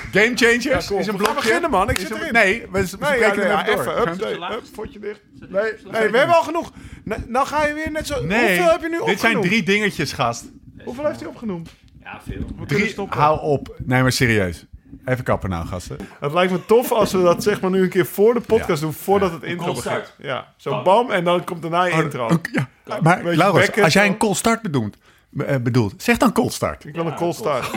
Game Changers Ja, is een we gaan blokje. beginnen, man. Ik zit erin. Nee, we spreken hem even door. Even. Potje dicht. Nee, we hebben al genoeg. Nou ga je weer net zo... Nee, Hoeveel heb je nu opgenoemd? dit zijn 3 dingetjes, gast. Hoeveel heeft hij opgenoemd? Ja, veel. We kunnen stoppen. Hou op. Nee, maar serieus. Even kappen nou, gasten. Het lijkt me tof als we dat zeg maar nu een keer voor de podcast doen, voordat het intro cold begint. start. Ja, zo bam en dan komt daarna je intro. Maar Beetje Laurens, bekken, als jij zo. een cold start bedoelt, zeg dan cold start. Ik wil een cold start.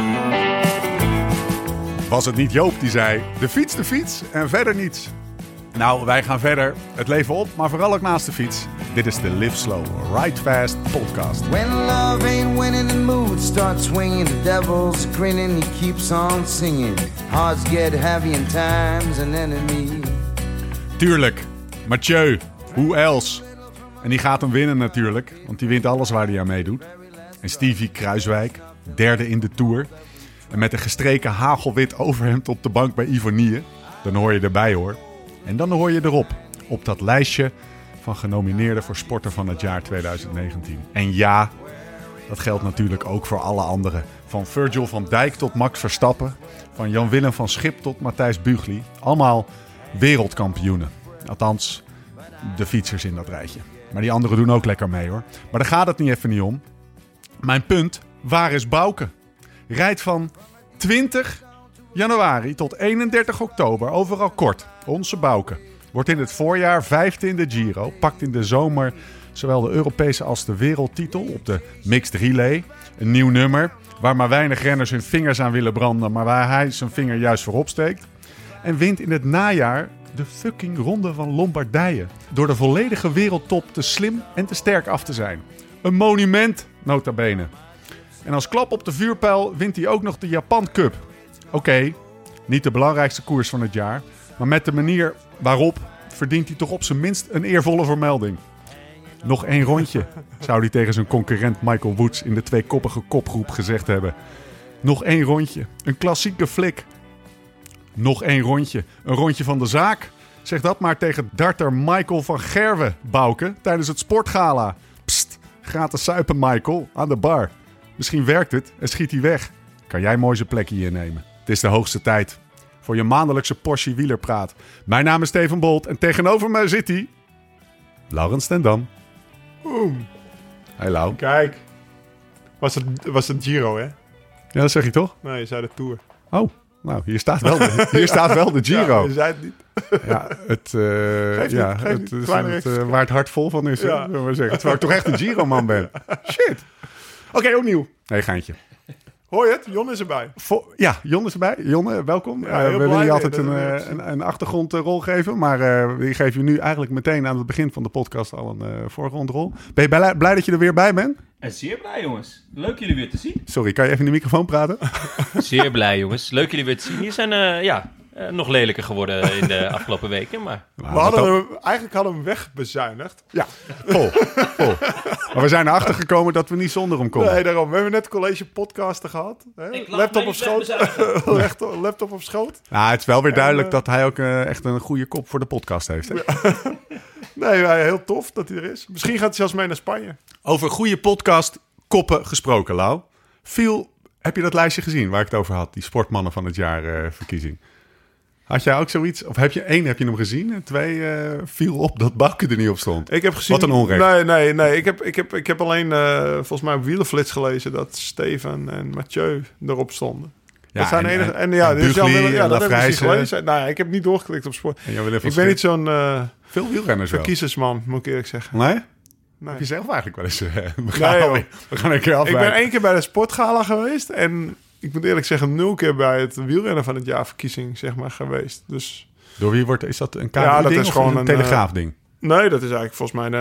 Was het niet Joop die zei, de fiets en verder niets. Nou, wij gaan verder. Het leven op, maar vooral ook naast de fiets. Dit is de Live Slow, Ride Fast podcast. When love ain't winning, the mood starts swinging. The devil's grinning, he keeps on singing. Hearts get heavy and time's an enemy. Tuurlijk, Mathieu, hoe else? En die gaat hem winnen natuurlijk, want die wint alles waar hij aan meedoet. En Stevie Kruiswijk, derde in de Tour. En met een gestreken hagelwit overhemd op de bank bij Ivonie. Dan hoor je erbij hoor. En dan hoor je erop, op dat lijstje van genomineerden voor sporter van het jaar 2019. En ja, dat geldt natuurlijk ook voor alle anderen. Van Virgil van Dijk tot Max Verstappen. Van Jan-Willem van Schip tot Matthijs Bugli. Allemaal wereldkampioenen. Althans, de fietsers in dat rijtje. Maar die anderen doen ook lekker mee hoor. Maar daar gaat het niet om. Mijn punt, waar is Bouke? Rijdt van 20 januari tot 31 oktober, overal kort. Onze Bouke wordt in het voorjaar 5e in de Giro. Pakt in de zomer zowel de Europese als de wereldtitel op de Mixed Relay. Een nieuw nummer waar maar weinig renners hun vingers aan willen branden, maar waar hij zijn vinger juist voor opsteekt. En wint in het najaar de fucking Ronde van Lombardije. Door de volledige wereldtop te slim en te sterk af te zijn. Een monument, nota bene. En als klap op de vuurpijl wint hij ook nog de Japan Cup. Oké, niet de belangrijkste koers van het jaar. Maar met de manier waarop verdient hij toch op zijn minst een eervolle vermelding. Nog 1 rondje, zou hij tegen zijn concurrent Michael Woods in de 2-koppige kopgroep gezegd hebben. Nog 1 rondje, een klassieke flik. Nog 1 rondje, een rondje van de zaak. Zeg dat maar tegen darter Michael van Gerwen, Bouke, tijdens het sportgala. Pst, gratis suipen Michael, aan de bar. Misschien werkt het en schiet hij weg. Kan jij mooi zijn plekje hier nemen? Het is de hoogste tijd voor je maandelijkse Porsche wielerpraat. Mijn naam is Steven Bolt en tegenover mij zit hij... Laurens ten Dam. Hey Lau. Kijk. Was het Giro, hè? Ja, dat zeg je toch? Nee, je zei de Tour. Oh, nou, hier staat wel de Giro. Ja, je zei het niet. Ja, het is Kleine waar het hart vol van is. Ja. Ja. Zullen we zeggen. Terwijl ik toch echt een Giro-man ben. Shit. Oké, opnieuw. Nee, geintje. Hoor je het? Jon is erbij. Ja, Jon is erbij. Jon, welkom. Ja, heel we blij willen je mee. altijd Dat is een achtergrondrol geven. Maar we geven je nu eigenlijk meteen aan het begin van de podcast al een voorgrondrol. Ben je blij dat je er weer bij bent? En zeer blij, jongens. Leuk jullie weer te zien. Sorry, kan je even in de microfoon praten? Zeer blij, jongens. Leuk jullie weer te zien. Hier zijn nog lelijker geworden in de afgelopen weken, maar... Eigenlijk hadden we hem wegbezuinigd. Ja, vol. Maar we zijn erachter gekomen dat we niet zonder hem konden. Nee, daarom. We hebben net college podcasten gehad. Hè? Ik laat Laptop mij op niet schoot. Laptop op schoot. Nou, het is wel weer duidelijk dat hij ook echt een goede kop voor de podcast heeft. Hè? Nee, heel tof dat hij er is. Misschien gaat hij zelfs mee naar Spanje. Over goede podcast koppen gesproken, Lau. Heb je dat lijstje gezien waar ik het over had? Die sportmannen van het jaar verkiezing. Had jij ook zoiets? Of heb je hem gezien? En 2 viel op dat Bouke er niet op stond. Ik heb gezien... Wat een onrecht. Nee. Ik heb alleen volgens mij op Wielerflits gelezen dat Steven en Mathieu erop stonden. Ja, dat zijn en enige... en dus Bugli en dat heb ik Lafrijze. misschien gelezen. Nou ja, ik heb niet doorgeklikt op sport. En Jan-Willem van Ik ben Schip. niet zo'n Veel wielrenners wel. verkiezersman, moet ik eerlijk zeggen. Nee? Nee. Heb je zelf eigenlijk wel eens... joh. we gaan een keer Ik afwijken. ben 1 keer bij de sportgala geweest en ik moet eerlijk zeggen 0 keer bij het wielrennen van het jaar verkiezing zeg maar geweest. Dus Door wie is dat een Ja, dat KNVB-ding is of gewoon een een, Telegraaf-ding? nee, dat is eigenlijk volgens mij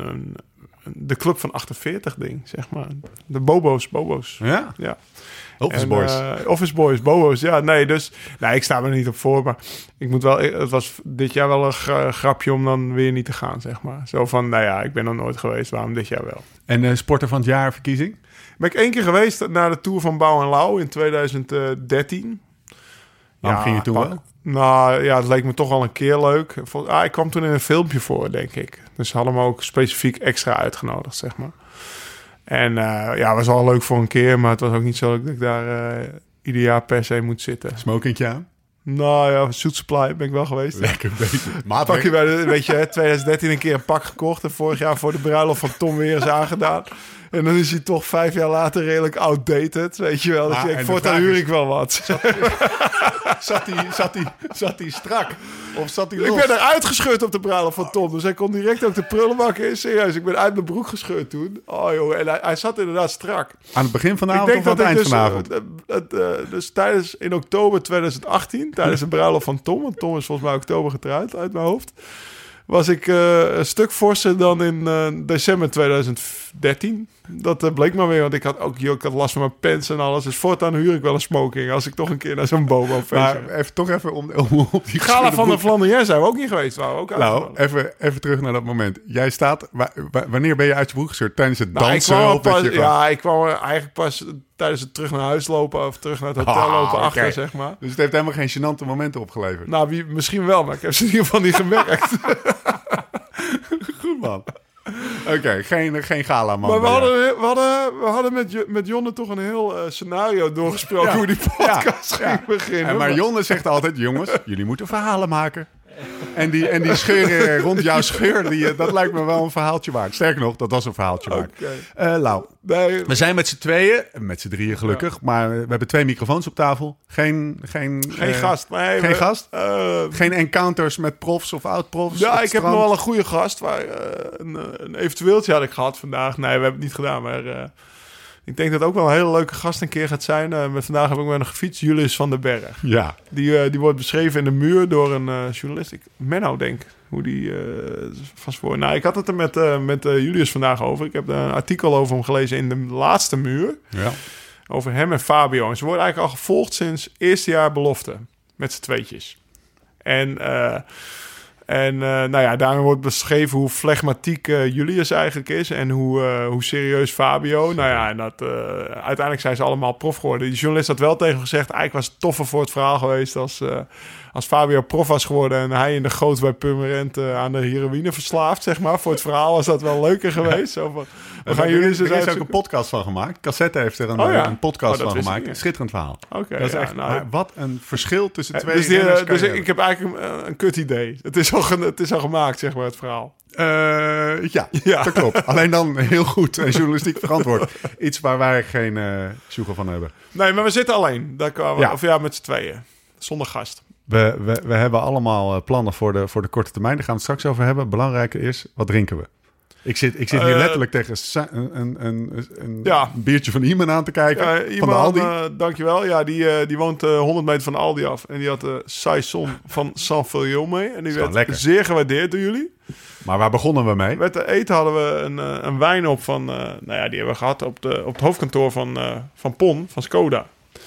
de club van 48 ding, zeg maar. De Bobo's. Ja? Ja. Office En, Boys. Office Boys, Bobo's. Ja, nee, dus... Nee, ik sta er niet op voor, maar ik moet wel... Het was dit jaar wel een grapje om dan weer niet te gaan, zeg maar. Zo van, nou ja, ik ben er nooit geweest, waarom dit jaar wel? En sporter van het jaar verkiezing? Ben ik 1 keer geweest naar de Tour van Bouw en Lau in 2013. Waarom ging je toen wel? Nou ja, het leek me toch wel een keer leuk. Ik kwam toen in een filmpje voor, denk ik. Dus ze hadden me ook specifiek extra uitgenodigd, zeg maar. En ja, het was wel leuk voor een keer, maar het was ook niet zo dat ik daar ieder jaar per se moet zitten. Smokingje aan. Nou ja, Zoet Supply ben ik wel geweest. Lekker bezig. Pak je bij de, weet je, 2013 een keer een pak gekocht en vorig jaar voor de bruiloft van Tom weer eens aangedaan. En dan is hij toch 5 jaar later redelijk outdated, weet je wel. Dus voortaan huur ik wel wat. Zat hij strak? Of zat hij los? Ik ben eruit gescheurd op de bruiloft van Tom. Dus hij kon direct ook de prullenbak in. Serieus, ik ben uit mijn broek gescheurd toen. Oh jongen, en hij zat inderdaad strak. Aan het begin van de avond of aan het eind van de avond? Dus in oktober 2018, tijdens de bruiloft van Tom. Want Tom is volgens mij oktober getrouwd, uit mijn hoofd. Was ik een stuk forser dan in december 2013. Dat bleek maar weer, want ik had last van mijn pens en alles. Dus voortaan huur ik wel een smoking als ik toch een keer naar zo'n bobo-feestje. Maar even om op die Gala van de Flandriën zijn we ook niet geweest. Waren we ook nou, even terug naar dat moment. Jij staat, wanneer ben je uit je broek gescheurd? Tijdens het dansen? Ik kwam er eigenlijk pas tijdens het terug naar huis lopen of terug naar het hotel lopen achter, zeg maar. Dus het heeft helemaal geen gênante momenten opgeleverd? Nou, misschien wel, maar ik heb ze in ieder geval niet gemerkt. Goed, man. Oké, geen gala, man. Maar we hadden met Jonne toch een heel scenario doorgesproken hoe die podcast ging beginnen. Maar Jonne zegt altijd, jongens, jullie moeten verhalen maken. En die scheuren rond jouw scheur, dat lijkt me wel een verhaaltje waard. Sterker nog, dat was een verhaaltje waard. Lau, we zijn met z'n tweeën, met z'n drieën gelukkig, maar we hebben 2 microfoons op tafel. Geen gast. Nee, geen gast? Geen encounters met profs of oud-profs? Ja, ik heb nog wel een goede gast. Een eventueeltje had ik gehad vandaag. Nee, we hebben het niet gedaan, maar... ik denk dat ook wel een hele leuke gast een keer gaat zijn. Vandaag heb ik met een gefietst, Julius van den Berg. Ja. Die wordt beschreven in de muur door een journalist. Menno, denk hoe die vast voor. Nou, ik had het er met Julius vandaag over. Ik heb een artikel over hem gelezen in de laatste muur. Ja. Over hem en Fabio. En ze worden eigenlijk al gevolgd sinds eerste jaar belofte. Met z'n tweetjes. En daarin wordt beschreven hoe flegmatiek Julius eigenlijk is en hoe serieus Fabio. Nou ja, en uiteindelijk zijn ze allemaal prof geworden. Die journalist had wel tegen hem gezegd, eigenlijk was het toffer voor het verhaal geweest als Fabio prof was geworden en hij in de goot bij Purmerend aan de heroïne verslaafd, zeg maar. Voor het verhaal was dat wel leuker geweest. Zo van, er is ook een podcast van gemaakt. Cassette heeft er een podcast van gemaakt. Een schitterend verhaal. Okay, dat is echt, maar wat een verschil tussen twee. Dus ik heb eigenlijk een kut idee. Het is al gemaakt, zeg maar, het verhaal. Ja, dat klopt. Alleen dan heel goed en journalistiek verantwoord. Iets waar wij geen sjoegel van hebben. Nee, maar we zitten alleen. Daar kwamen we, met z'n tweeën. Zonder gast. We hebben allemaal plannen voor de korte termijn. Daar gaan we het straks over hebben. Belangrijker is, wat drinken we? Ik zit hier letterlijk tegen een biertje van Iman aan te kijken. Van de Aldi. Dankjewel. Ja, die woont 100 meter van de Aldi af. En die had de Saison van Saint-Filion mee. En die werd zeer gewaardeerd door jullie. Maar waar begonnen we mee? Met de eten hadden we een wijn op van... die hebben we gehad op het hoofdkantoor van PON, van Skoda.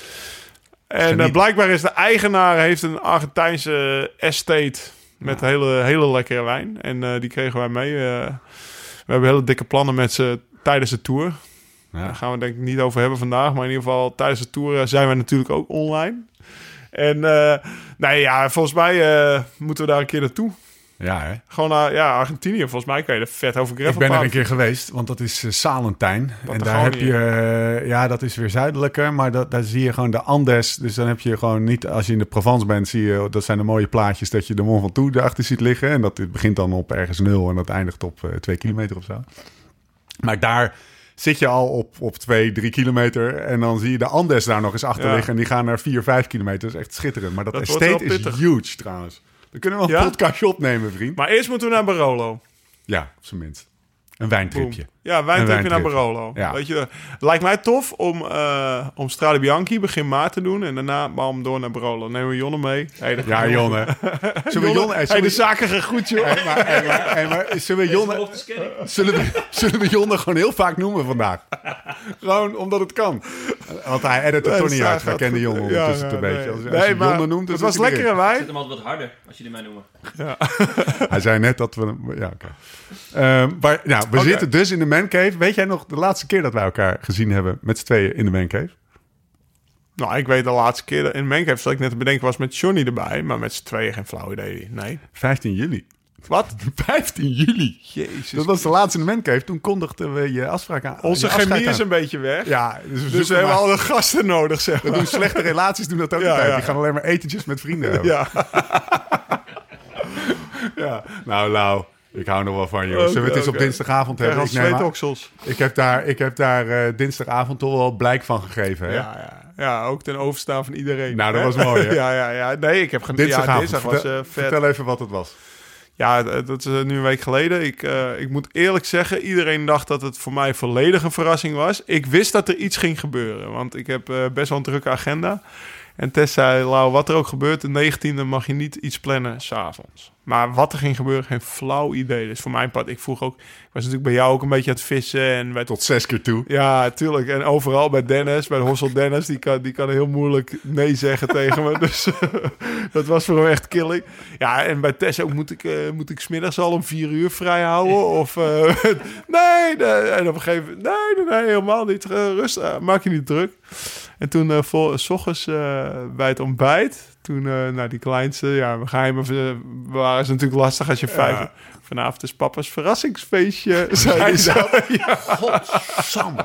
En blijkbaar is de eigenaar heeft een Argentijnse estate met hele lekkere wijn. En die kregen wij mee. We hebben hele dikke plannen met ze tijdens de tour. Ja. Daar gaan we denk ik niet over hebben vandaag. Maar in ieder geval tijdens de tour zijn we natuurlijk ook online. En volgens mij moeten we daar een keer naartoe. Ja, hè? Gewoon naar Argentinië. Volgens mij kan je er vet over gravel. Ik ben er een keer geweest, want dat is Salentijn. En daar heb je... dat is weer zuidelijker, maar daar zie je gewoon de Andes. Dus dan heb je gewoon niet... Als je in de Provence bent, zie je... Dat zijn de mooie plaatjes dat je de Mont Ventoux erachter ziet liggen. En dat begint dan op ergens 0 en dat eindigt op 2 kilometer of zo. Maar daar zit je al op 2-3 kilometer. En dan zie je de Andes daar nog eens achter liggen. En die gaan naar 4-5 kilometer. Dat is echt schitterend. Maar dat estate is huge trouwens. Dan kunnen we een podcastje opnemen, vriend. Maar eerst moeten we naar Barolo. Ja, op zijn minst. Een wijntripje. Ja, een wijntripje naar Barolo. Ja. Weet je, het lijkt mij tof om Strade Bianchi begin maart te doen. En daarna bam door naar Barolo. Nemen we Jonne mee. Hey, Jonne. De zaken gaan goed, joh. Maar zullen we Jonne gewoon heel vaak noemen vandaag? Gewoon omdat het kan. Want hij edit het toch niet uit. Wij kennen Jonne ondertussen een beetje. Als je Jonne noemt... Het was lekkere wijn. Ik zet hem altijd wat harder als jullie mij noemen. Ja. Hij zei net dat we... Ja, oké. We zitten dus in de mancave. Weet jij nog de laatste keer dat wij elkaar gezien hebben met z'n tweeën in de mancave? Nou, ik weet de laatste keer in de mancave, zoals ik net te bedenken, was met Johnny erbij. Maar met z'n tweeën geen flauw idee. Nee. 15 juli. Wat? 15 juli. Jezus. Dat was de laatste in de mancave. Toen kondigden we je afspraak aan. Onze chemie is een beetje weg. Ja, dus we hebben alle gasten nodig, zeg maar. We doen slechte relaties, doen dat ook altijd. Ja. Die gaan alleen maar etentjes met vrienden hebben. Ja. Ja. Nou, ik hou nog wel van je. Zullen we het eens op dinsdagavond hebben? Ik heb daar dinsdagavond toch wel blijk van gegeven. Hè? Ja, ook ten overstaan van iedereen. Nou, dat was mooi, hè? Ja. Nee, ik heb dinsdag was vet. Vertel even wat het was. Ja, dat is nu een week geleden. Ik moet eerlijk zeggen, iedereen dacht dat het voor mij volledig een verrassing was. Ik wist dat er iets ging gebeuren, want ik heb best wel een drukke agenda. En Tess zei, Lau, wat er ook gebeurt, de 19e mag je niet iets plannen 's avonds. Maar wat er ging gebeuren, geen flauw idee. Dus voor mijn part, ik was natuurlijk bij jou ook een beetje aan het vissen. En tot 6 keer toe. Ja, tuurlijk. En overal bij Dennis, bij de Hossel Dennis, die kan heel moeilijk nee zeggen tegen me. Dus dat was voor hem echt killing. Ja, en bij Tess ook, moet ik 's middags al om 4 uur vrij houden? Of nee. En op een gegeven moment, nee, helemaal niet. Rustig, maak je niet druk. En toen 's ochtends bij het ontbijt, toen die kleinste, geheimen waren ze natuurlijk lastig als je 5 uur. Vanavond is papa's verrassingsfeestje. Zei ze. Ja. Godsamme.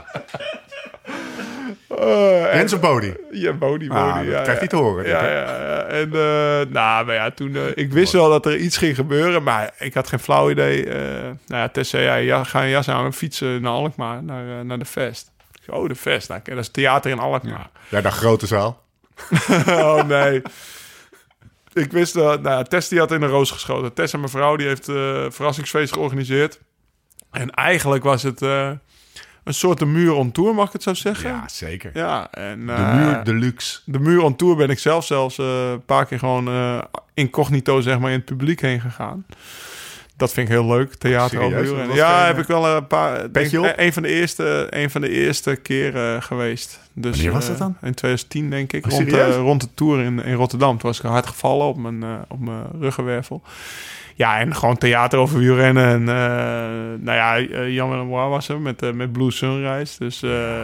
Jens of Bodie? Ja, Bodie. Dat krijgt hij te horen. Ja. En toen... ik wist wel dat er iets ging gebeuren, maar ik had geen flauw idee. Tess zei, ga je jas aan en fietsen naar Alkmaar, naar de Vest. De Vest. Nou, dat is theater in Alkmaar. Ja, dat grote zaal. Oh, nee. Ik wist dat... Tess die had in de roos geschoten. Tess en mijn vrouw, die heeft een verrassingsfeest georganiseerd. En eigenlijk was het een soort de muur on tour, mag ik het zo zeggen? Ja, zeker. Ja, en, de muur deluxe. De muur on tour ben ik zelfs een paar keer gewoon incognito, zeg maar, in het publiek heen gegaan. Dat vind ik heel leuk, theater overhuren. Ja, heb ik wel een paar... Een van de eerste keren geweest. Dus, wanneer was dat dan? In 2010, denk ik. Rond de tour in Rotterdam. Toen was ik hard gevallen op mijn ruggenwervel. Ja, en gewoon theater over wielrennen. En Jan Willem was er met Blue Sunrise. Dus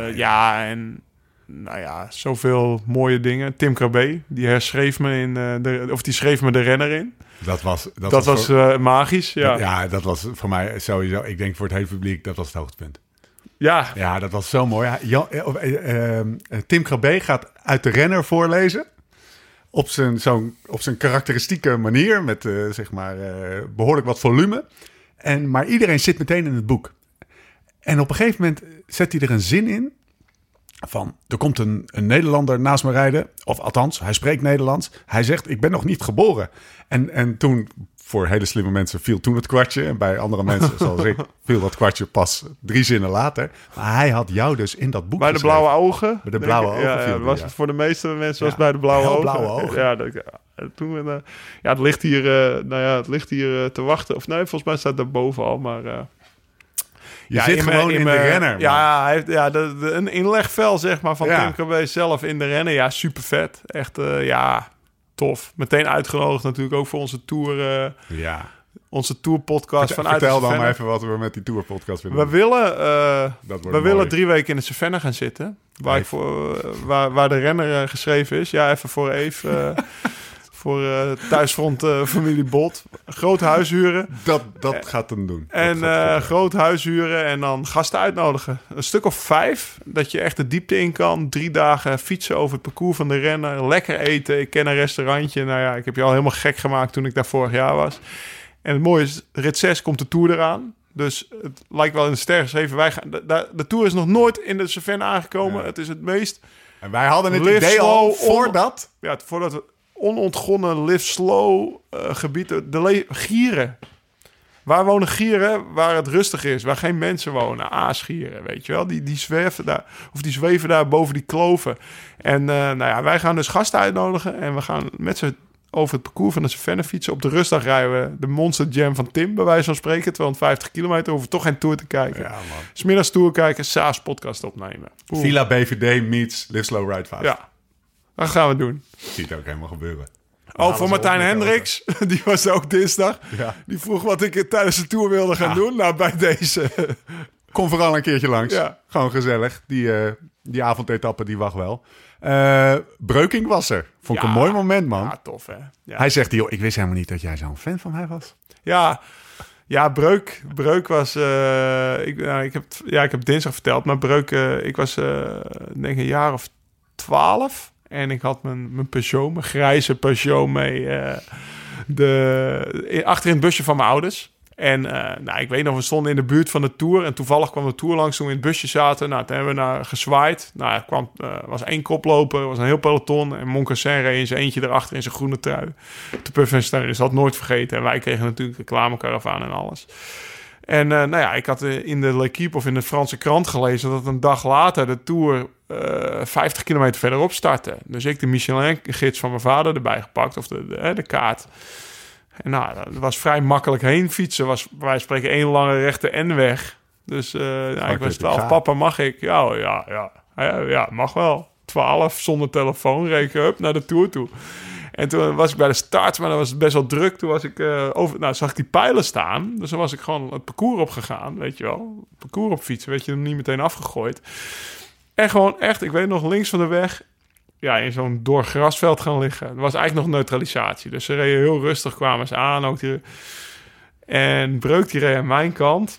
zoveel mooie dingen. Tim Krabbe, die herschreef me die schreef me de renner in. Dat was magisch, ja. Ja, dat was voor mij sowieso, ik denk voor het hele publiek, dat was het hoogtepunt. Ja, dat was zo mooi. Tim Krabbe gaat uit de renner voorlezen. Op zijn karakteristieke manier, met behoorlijk wat volume. Maar iedereen zit meteen in het boek. En op een gegeven moment zet hij er een zin in van, er komt een Nederlander naast me rijden. Of althans, hij spreekt Nederlands. Hij zegt, ik ben nog niet geboren. En toen, voor hele slimme mensen, viel toen het kwartje. En bij andere mensen, zoals ik, viel dat kwartje pas 3 zinnen later. Maar hij had jou dus in dat boek bij geschreven. De blauwe ogen? Bij de blauwe ogen. Was het voor de meeste mensen was bij de blauwe ogen. Blauwe ogen. Het ligt hier, het ligt hier te wachten. Of nee, volgens mij staat dat boven al, maar... Je zit gewoon in de renner. Ja, hij heeft een inlegvel, zeg maar, van Tim Krabbe zelf in de renner. Ja, super vet. Echt, tof. Meteen uitgenodigd natuurlijk ook voor onze tour. Onze tourpodcast vanuit Vertel dan maar even wat we met die tourpodcast willen doen. We willen 3 weken in de Cevenna gaan zitten. Waar de renner geschreven is. Ja, even voor Eve... voor thuisfront familie Bot. Groot huis huren. Dat gaat hem doen. En groot huis huren en dan gasten uitnodigen. Een stuk of 5. Dat je echt de diepte in kan. 3 dagen fietsen over het parcours van de renner. Lekker eten. Ik ken een restaurantje. Nou ja, ik heb je al helemaal gek gemaakt toen ik daar vorig jaar was. En het mooie is, rit 6 komt de Tour eraan. Dus het lijkt wel in de sterren geschreven. De Tour is nog nooit in de Cevenna aangekomen. Ja. Het is het meest... En wij hadden het idee al voordat... voordat we... onontgonnen live slow gebieden. Gieren. Waar wonen gieren? Waar het rustig is. Waar geen mensen wonen. Aasgieren, weet je wel. Die zwerven daar. Of die zweven daar boven die kloven. En wij gaan dus gasten uitnodigen. En we gaan met ze over het parcours van de Cevenna fietsen. Op de rustdag rijden we de Monster Jam van Tim, bij wijze van spreken. 250 kilometer. Hoeven we toch geen Tour te kijken. Ja, 's middags Tour kijken. Saas podcast opnemen. Villa BVD meets Live Slow Ride Fast. Ja. Dat gaan we doen. Ziet het ook helemaal gebeuren. Voor Martijn Hendricks, die was ook dinsdag. Ja. Die vroeg wat ik tijdens de Tour wilde gaan doen. Nou, bij deze. Kom vooral een keertje langs. Ja. Gewoon gezellig. Die avondetappe, die wacht wel. Breukink was er. Vond ik een mooi moment, man. Ja, tof, hè. Ja. Hij zegt, joh, ik wist helemaal niet dat jij zo'n fan van mij was. Ja, Breuk was... ik heb dinsdag verteld, maar Breuk... ik was denk een jaar of 12... en ik had mijn Peugeot, mijn grijze Peugeot mee... achter in het busje van mijn ouders. En ik weet nog, we stonden in de buurt van de Tour... en toevallig kwam de Tour langs toen we in het busje zaten. Nou, toen hebben we naar gezwaaid. Nou, was 1 koploper, was een heel peloton... en Moncassin reed in zijn eentje erachter in zijn groene trui. Te Puffenstein, dus dat had nooit vergeten. En wij kregen natuurlijk een reclamekaravaan en alles. En ik had in de L'Équipe of in de Franse krant gelezen... dat een dag later de Tour 50 kilometer verderop startte. Dus ik de Michelin-gids van mijn vader erbij gepakt, of de kaart... En dat was vrij makkelijk heen fietsen. Was bij wijze van spreken 1 lange rechte N-weg. Dus ik was 12. Papa, mag ik? Ja, mag wel. 12, zonder telefoon, reken up naar de Tour toe. En toen was ik bij de start, maar dan was het best wel druk. Toen was ik zag ik die pijlen staan. Dus dan was ik gewoon het parcours opgegaan, weet je wel. Het parcours op fietsen, weet je, niet meteen afgegooid. En gewoon echt, ik weet nog, links van de weg... in zo'n door grasveld gaan liggen. Er was eigenlijk nog neutralisatie. Dus ze reden heel rustig, kwamen ze aan. Ook en Breuk die reed aan mijn kant.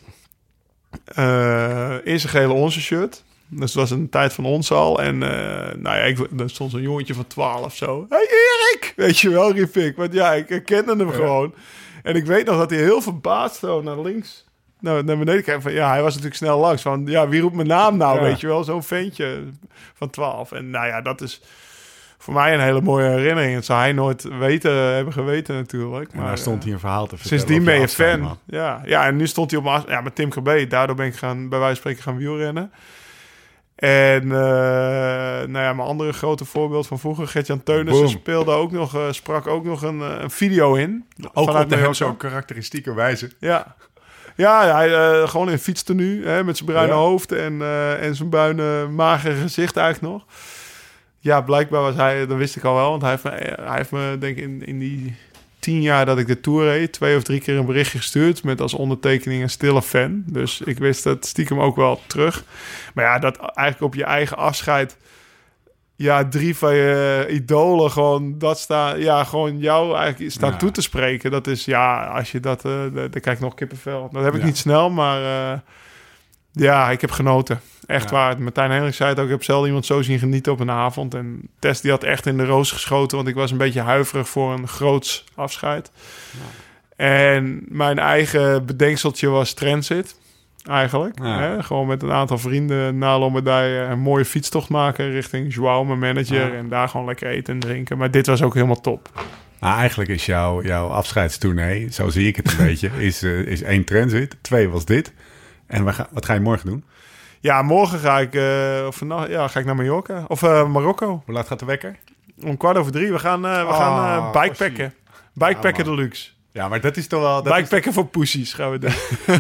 In zijn gele Onze shirt. Dus het was een tijd van ons al. En er stond zo'n jongetje van 12 zo. Hey Erik! Weet je wel, riep ik. Want ik herkende hem gewoon. En ik weet nog dat hij heel verbaasd zo naar links... naar beneden kijken van hij was natuurlijk snel langs van wie roept mijn naam nou, weet je wel, zo'n ventje van 12. En dat is voor mij een hele mooie herinnering. Dat zou hij nooit hebben geweten natuurlijk. Maar daar stond hij een verhaal te vertellen. Sindsdien ben je fan. Ja, en nu stond hij op met Tim Krabbe. Daardoor ben ik bij wijze van spreken gaan wielrennen. En mijn andere grote voorbeeld van vroeger, Gert-Jan Teunissen sprak ook nog een video in. Ook op de heel zo'n karakteristieke wijze. Ja, hij gewoon in fietstenu, met zijn bruine hoofd en zijn bruine magere gezicht eigenlijk nog. Ja, blijkbaar was hij, dat wist ik al wel, want hij heeft me denk ik in die 10 jaar dat ik de Tour reed, 2 of 3 keer een berichtje gestuurd met als ondertekening een stille fan. Dus ik wist dat stiekem ook wel terug. Maar dat eigenlijk op je eigen afscheid... 3 van je idolen gewoon gewoon jou eigenlijk staan toe te spreken. Dat is, als je dat... dan krijg ik nog kippenvel. Dat heb ik niet snel, maar... ik heb genoten. Echt waar. Martijn Hendricks zei het ook. Ik heb zelden iemand zo zien genieten op een avond. En Tess die had echt in de roos geschoten. Want ik was een beetje huiverig voor een groots afscheid. Ja. En mijn eigen bedenkseltje was Transit. Eigenlijk. Hè? Gewoon met een aantal vrienden na Lombardije een mooie fietstocht maken richting Joao, mijn manager. Ja. En daar gewoon lekker eten en drinken. Maar dit was ook helemaal top. Nou, eigenlijk is jouw afscheidstournee, zo zie ik het een beetje, is 1 Transit. 2 was dit. En wat ga je morgen doen? Ja, morgen ga ik, ga ik naar Mallorca. Of Marokko. Hoe laat gaat de wekker? Om 2:15. We gaan bikepacken. Bikepacken deluxe. Ja, maar dat is toch wel... Bikepacken voor pussies gaan we doen.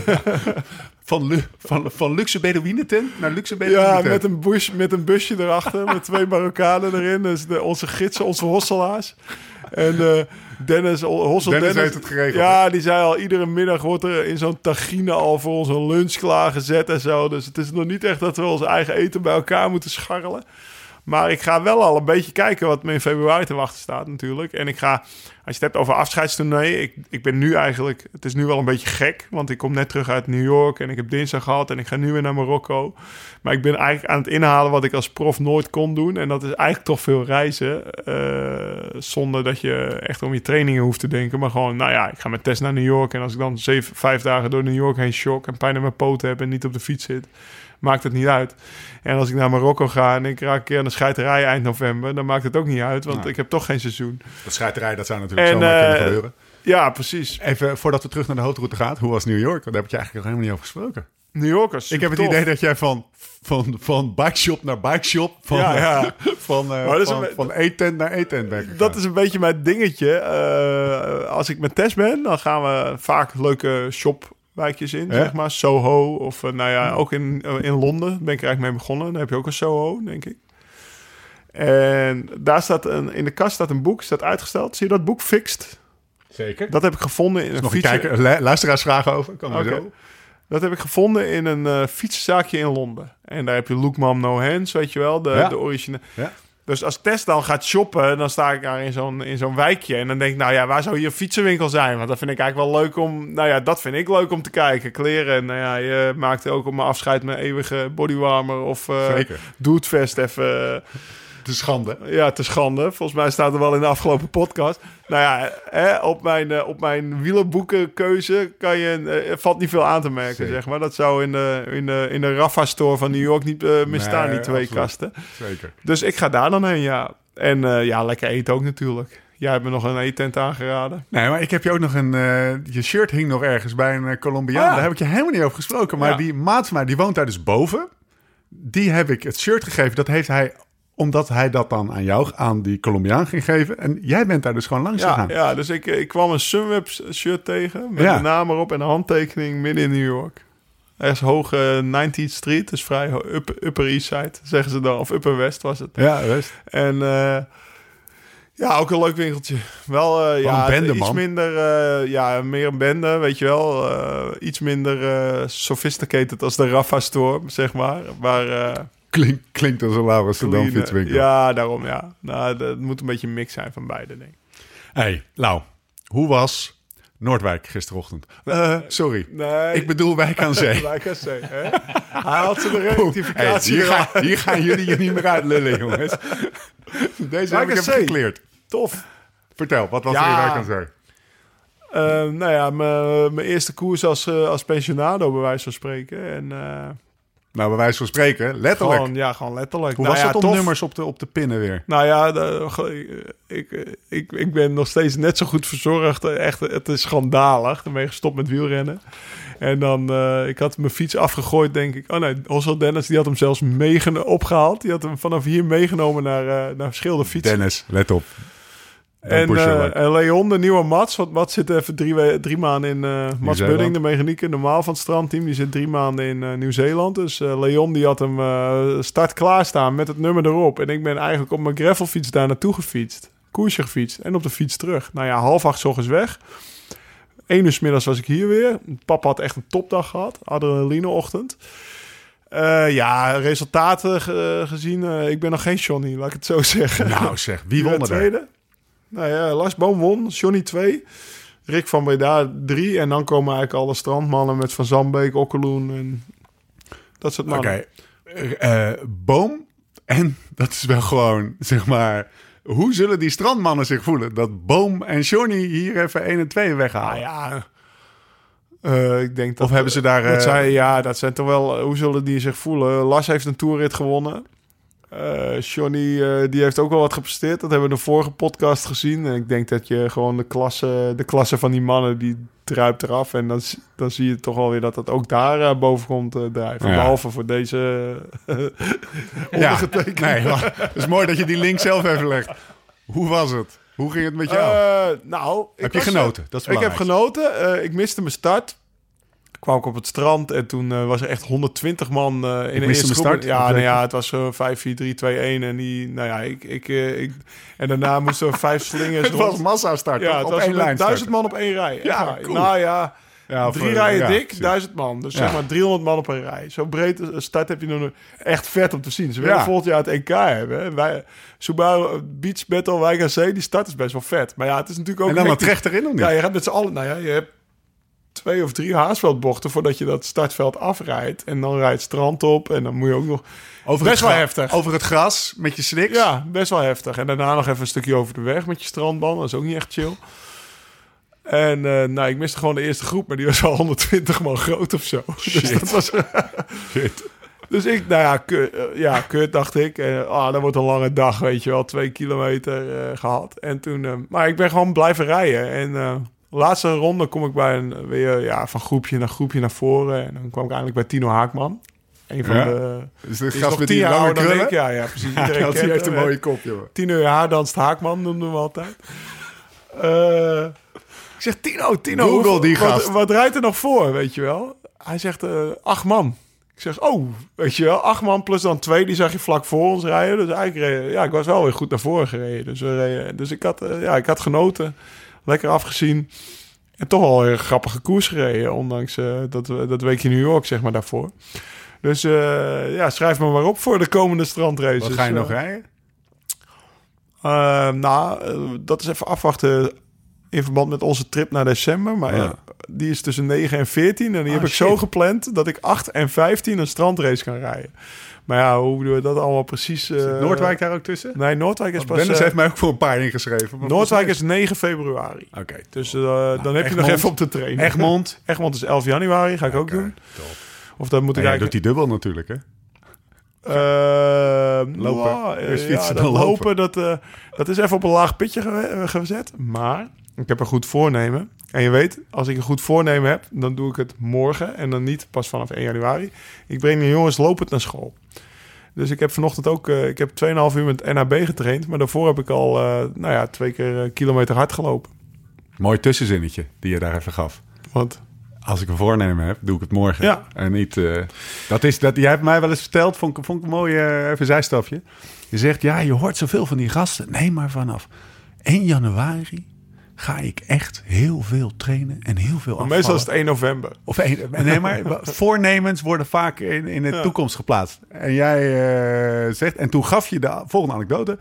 Van luxe Bedouinentent naar luxe Bedouinentent. Ja, met een busje erachter. Met 2 Marokkanen erin. Dus onze gidsen, onze hosselaars. En Dennis heeft het geregeld. Ja, die zei al, iedere middag wordt er in zo'n tagine al voor ons een lunch klaargezet en zo. Dus het is nog niet echt dat we ons eigen eten bij elkaar moeten scharrelen. Maar ik ga wel al een beetje kijken wat me in februari te wachten staat natuurlijk. En ik ga, als je het hebt over afscheidstournee, ik ben nu eigenlijk, het is nu wel een beetje gek. Want ik kom net terug uit New York en ik heb dinsdag gehad en ik ga nu weer naar Marokko. Maar ik ben eigenlijk aan het inhalen wat ik als prof nooit kon doen. En dat is eigenlijk toch veel reizen. Zonder dat je echt om je trainingen hoeft te denken. Maar gewoon, ik ga met Tess naar New York. En als ik dan 5 dagen door New York heen shock en pijn in mijn poten heb en niet op de fiets zit, maakt het niet uit. En als ik naar Marokko ga en ik raak een keer aan de scheiterij eind november, dan maakt het ook niet uit, want ik heb toch geen seizoen. De scheiterij, dat zou natuurlijk zomaar kunnen gebeuren. Ja, precies. Even voordat we terug naar de hoofdroute gaan, hoe was New York? Daar heb ik je eigenlijk nog helemaal niet over gesproken. New Yorkers. Ik heb het idee dat jij van bikeshop naar bikeshop, van E-tent naar E-tent bent gegaan. Dat is een beetje mijn dingetje. Als ik met Tess ben, dan gaan we vaak leuke shopwijkjes in, zeg maar. Soho of ook in Londen ben ik eigenlijk mee begonnen. Dan heb je ook een Soho, denk ik. En daar staat in de kast staat een boek, staat uitgesteld. Zie je dat boek, Fixed? Zeker. Dat heb ik gevonden in een fiets. Luisteraarsvragen over, kan maar zo. Dat heb ik gevonden in een fietszaakje in Londen. En daar heb je Look Mom No Hands, weet je wel, de originele. Ja. Dus als Tess dan gaat shoppen, dan sta ik daar in zo'n wijkje. En dan denk ik, nou ja, waar zou hier een fietsenwinkel zijn? Want dat vind ik eigenlijk wel leuk om... Nou ja, dat vind ik leuk om te kijken. Kleren. En nou ja, je maakt ook op mijn afscheid mijn eeuwige bodywarmer of Dudevest even... Te schande. Ja, te schande. Volgens mij staat er wel in de afgelopen podcast. Nou ja, op mijn wielerboekenkeuze valt niet veel aan te merken, Zeker. zeg maar. Dat zou in de Rafa-store van New York niet misstaan, die 2 absoluut. kasten. Zeker. Dus ik ga daar dan heen, ja. En lekker eten ook natuurlijk. Jij hebt me nog een eettent aangeraden. Nee, maar ik heb je ook nog je shirt hing nog ergens bij een Colombiaan. Daar heb ik je helemaal niet over gesproken. Maar die maat van mij, die woont daar dus boven. Die heb ik het shirt gegeven. Dat heeft hij... Omdat hij dat dan aan die Colombiaan ging geven. En jij bent daar dus gewoon langs gegaan. Ja, dus ik kwam een Sunweb shirt tegen. Met de naam erop en een handtekening midden in New York. Ergens hoge 19th Street. Dus vrij Upper East Side, zeggen ze dan. Of Upper West was het. Ja, West. En ook een leuk winkeltje. Wel, een bende, iets man. minder... meer een bende, weet je wel. Iets minder sophisticated als de Rafa Store, zeg maar. Maar... Klinkt als een Amsterdam fietswinkel. Ja, daarom ja. Nou, het moet een beetje een mix zijn van beide, denk ik. Hey, Lau. Hoe was Noordwijk gisterochtend? Sorry. Nee. Ik bedoel Wijk aan Zee. Wijk aan Zee, hè? Hij had zijn rectificatie. Hier gaan jullie je niet meer uit lullen, jongens. Deze heb ik even gekleerd. Tof. Vertel, wat was er in Wijk aan Zee? Mijn eerste koers als pensionado, bij wijze van spreken. En... Nou, bij wijze van spreken, letterlijk. Gewoon letterlijk. Hoe was het om nummers op de pinnen weer? Nou ja, ik ben nog steeds net zo goed verzorgd. Echt, het is schandalig. Dan ben je gestopt met wielrennen. En dan, ik had mijn fiets afgegooid, denk ik. Oh nee, Hossel Dennis, die had hem zelfs opgehaald. Die had hem vanaf hier meegenomen naar verschillende fietsen. Dennis, let op. En Leon, de nieuwe Mats. Want Mats zit even 3 maanden in... Mats Budding, de mechanieker, normaal van het strandteam. Die zit 3 maanden in Nieuw-Zeeland. Dus Leon die had hem start klaarstaan met het nummer erop. En ik ben eigenlijk op mijn gravelfiets daar naartoe gefietst. Koersje gefietst. En op de fiets terug. Nou ja, 7:30 ochtends weg. 1 uur 's middags was ik hier weer. Papa had echt een topdag gehad. Adrenalineochtend. Resultaten gezien. Ik ben nog geen Johnny, laat ik het zo zeggen. Nou zeg, wie won er? Tweede. Nou ja, Lars Boom won, Johnny 2, Rick van Breda 3... en dan komen eigenlijk alle strandmannen met Van Zandbeek, Okkeloen en dat soort mannen. Oké, Boom, en dat is wel gewoon, zeg maar... Hoe zullen die strandmannen zich voelen? Dat Boom en Johnny hier even 1 en 2 weghalen? Nou ja, ik denk dat... Of hebben ze daar... dat zijn toch wel... Hoe zullen die zich voelen? Lars heeft een toerrit gewonnen. Johnny, die heeft ook wel wat gepresteerd. Dat hebben we in de vorige podcast gezien. En ik denk dat je gewoon de klasse van die mannen, die druipt eraf. En dan zie je toch wel weer dat het ook daar boven komt drijven. Ja. Behalve voor deze ondergetekende. Nee, het is mooi dat je die link zelf even legt. Hoe was het? Hoe ging het met jou? Heb je genoten? Dat is ik heb genoten. Ik miste mijn start. Kwam ik op het strand en toen was er echt 120 man in de eerste groep. Ja, het was 5, 4, 3, 2, 1 en die, nou ja, ik en daarna moesten we 5 slingers. Het was massa start. Ja, het was één lijn 1000 man op 1 rij. Ja, cool. Nou ja, 3 rijen dik, precies. 1000 man. Dus zeg maar 300 man op 1 rij. Zo breed start heb je nog echt vet om te zien. Ze willen volgend jaar het EK hebben. Wij, Subaru Beach Battle Wijk aan Zee, die start is best wel vet. Maar ja, het is natuurlijk ook... En dan wat recht erin of niet? Ja, je hebt met z'n allen... Nou ja, je hebt 2 of 3 Haasveldbochten voordat je dat startveld afrijdt. En dan rijdt het strand op en dan moet je ook nog... Best wel heftig. Over het gras met je slicks? Ja, best wel heftig. En daarna nog even een stukje over de weg met je strandband. Dat is ook niet echt chill. En ik miste gewoon de eerste groep, maar die was wel 120 man groot of zo. Shit. Dus dat was... Shit. Dus ik, kut dacht ik. Dat wordt een lange dag, weet je wel. 2 kilometer gehad. En toen... maar ik ben gewoon blijven rijden. En laatste ronde kom ik bij van groepje naar voren. En dan kwam ik eindelijk bij Tino Haakman. Een van de... Dus de gast met die lange krullen? Ja, precies. Iedereen die heeft een mooie kop, joh. 10 uur haardanst Haakman, noemden we altijd. Ik zeg, Tino, Google die gast. Wat rijdt er nog voor, weet je wel? Hij zegt, 8 man. Ik zeg, weet je wel, 8 man plus dan 2, die zag je vlak voor ons rijden. Dus eigenlijk, ik was wel weer goed naar voren gereden. Dus we reden. Dus ik had genoten. Lekker afgezien. En toch wel een grappige koers gereden. Ondanks dat weekje New York, zeg maar, daarvoor. Dus schrijf me maar op voor de komende strandraces. Wat ga je nog rijden? Dat is even afwachten in verband met onze trip naar december. Maar die is tussen 9 en 14. En die heb ik zo gepland dat ik 8 en 15 een strandrace kan rijden. Maar ja, hoe doen we dat allemaal precies? Zit Noordwijk daar ook tussen? Nee, Noordwijk is pas... Dennis heeft mij ook voor een paar ingeschreven. Noordwijk is 9 februari. Oké. Dus dan heb je nog even op te trainen. Egmond is 11 januari, ga ik ook doen. Top. Of dat moet ik eigenlijk... doet hij dubbel natuurlijk, hè? Lopen. Lopen, dat is even op een laag pitje gezet. Maar ik heb een goed voornemen. En je weet, als ik een goed voornemen heb, dan doe ik het morgen. En dan niet pas vanaf 1 januari. Ik breng de jongens lopend naar school. Dus ik heb vanochtend ook... ik heb 2,5 uur met NAB getraind. Maar daarvoor heb ik al 2 keer kilometer hard gelopen. Mooi tussenzinnetje die je daar even gaf. Want... Als ik een voornemen heb, doe ik het morgen. Ja. En niet... jij hebt mij wel eens verteld, vond ik een mooi even zijstapje. Je zegt, je hoort zoveel van die gasten. Nee, maar vanaf 1 januari ga ik echt heel veel trainen en heel veel afvallen. Meestal is het 1 november. Nee, maar voornemens worden vaak in de toekomst geplaatst. En jij zegt... En toen gaf je de volgende anekdote.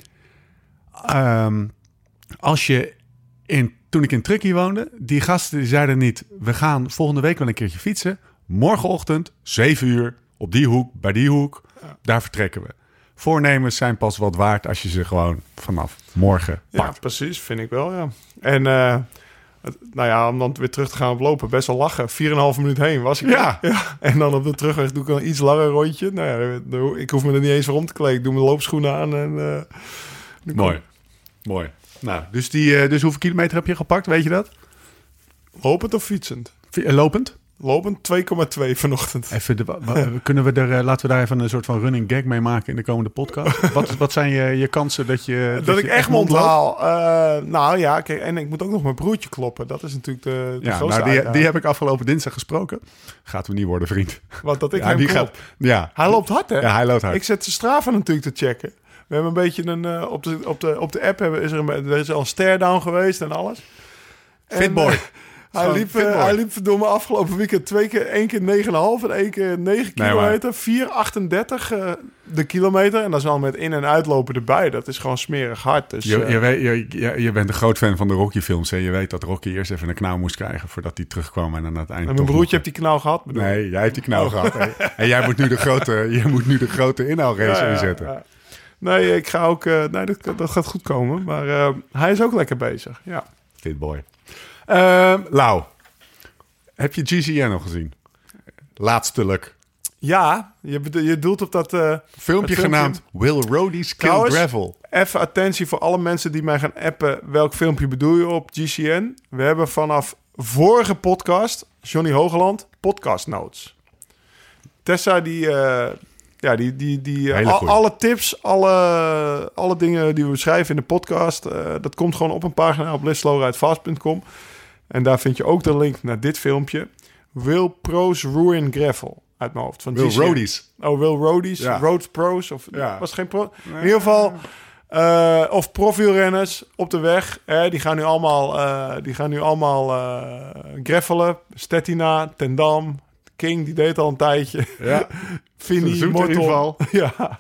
Toen ik in Truckee woonde, die gasten die zeiden niet... we gaan volgende week wel een keertje fietsen. Morgenochtend, 7 uur, op die hoek, bij die hoek. Daar vertrekken we. Voornemens zijn pas wat waard als je ze gewoon vanaf morgen pakt. Ja, precies, vind ik wel, ja. En om dan weer terug te gaan op lopen, best wel lachen. 4,5 minuut heen was ik. Ja. En dan op de terugweg doe ik een iets langer rondje. Ik hoef me er niet eens voor om te kleden. Ik doe mijn loopschoenen aan. En, Mooi. Nou, dus hoeveel kilometer heb je gepakt, weet je dat? Lopend of fietsend? Lopend? Lopend 2,2 vanochtend. Laten we daar even een soort van running gag mee maken in de komende podcast. Wat zijn je kansen dat je... Dat ik Egmond haal? Kijk, en ik moet ook nog mijn broertje kloppen. Dat is natuurlijk de grootste uitdaging. Die heb ik afgelopen dinsdag gesproken. Gaat we niet worden, vriend. Want dat ik hem klop. Hij loopt hard, hè? Ja, hij loopt hard. Ik zet de Strava natuurlijk te checken. We hebben een beetje op de app er is al een stare-down geweest en alles. Fitboy. Hij liep verdomme afgelopen weekend 1 keer 9,5 en 1 keer 9 kilometer. 4,38 de kilometer. En dat is wel met in- en uitlopen erbij. Dat is gewoon smerig hard. Dus, je bent een groot fan van de Rocky-films. Hè? Je weet dat Rocky eerst even een knauw moest krijgen voordat hij terugkwam. En dan aan het eind. En mijn broertje heeft die knauw gehad? Nee, jij hebt die knauw gehad. Hè? En jij moet nu de grote inhaalrace inzetten. Ja. Nee, ik ga ook... dat gaat goed komen. Maar hij is ook lekker bezig. Ja. Fitboy. Lau, heb je GCN nog gezien? Laatstelijk. Ja, je doelt op dat... filmpje genaamd Will Roadies Kill Gravel. Even attentie voor alle mensen die mij gaan appen. Welk filmpje bedoel je op GCN? We hebben vanaf vorige podcast, Johnny Hogeland, podcast notes. Tessa alle tips, alle dingen die we beschrijven in de podcast... dat komt gewoon op een pagina op letslowridefast.com. En daar vind je ook de link naar dit filmpje. Will Pros Ruin Gravel? Uit mijn hoofd. Van Will Roadies. Oh, Will Roadies. Ja. Road Pros. Was het geen pro? Nee. In ieder geval... of profielrenners op de weg. Die gaan nu allemaal gravelen. Stettina, Ten Dam... King, die deed al een tijdje. Ja. Fini, Mortel. Ja.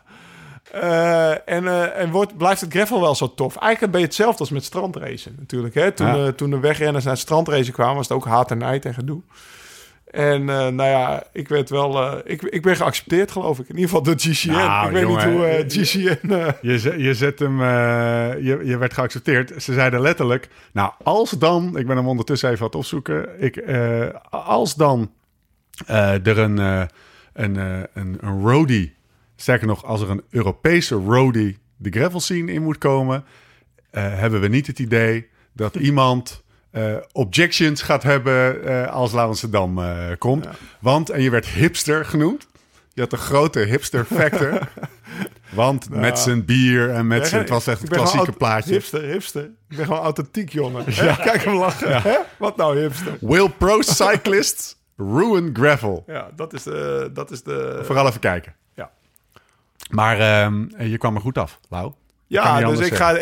Blijft het gravel wel zo tof? Eigenlijk ben je hetzelfde als met strandracen natuurlijk. Hè? Toen de wegrenners naar het strandracen kwamen... was het ook haat en nijd en gedoe. En ik werd wel... ik ben geaccepteerd, geloof ik. In ieder geval door GCN. Ik weet niet hoe GCN... Je zet hem... je werd geaccepteerd. Ze zeiden letterlijk... Nou, als dan... Ik ben hem ondertussen even aan het opzoeken. Als dan... er een roadie, sterker nog, als er een Europese roadie de gravel scene in moet komen, hebben we niet het idee dat iemand objections gaat hebben als Laurens Dam komt. Ja. Want, en je werd hipster genoemd, je had een grote hipster factor, want met zijn bier en met zijn, het was echt het klassieke plaatje. Hipster. Ik ben gewoon authentiek, jongen. Ja. Kijk hem lachen. Ja. Wat nou hipster? Will Pro Cyclists Ruin Gravel. Ja, dat is de... Vooral even kijken. Ja. Maar je kwam er goed af, Lau. Ja, dus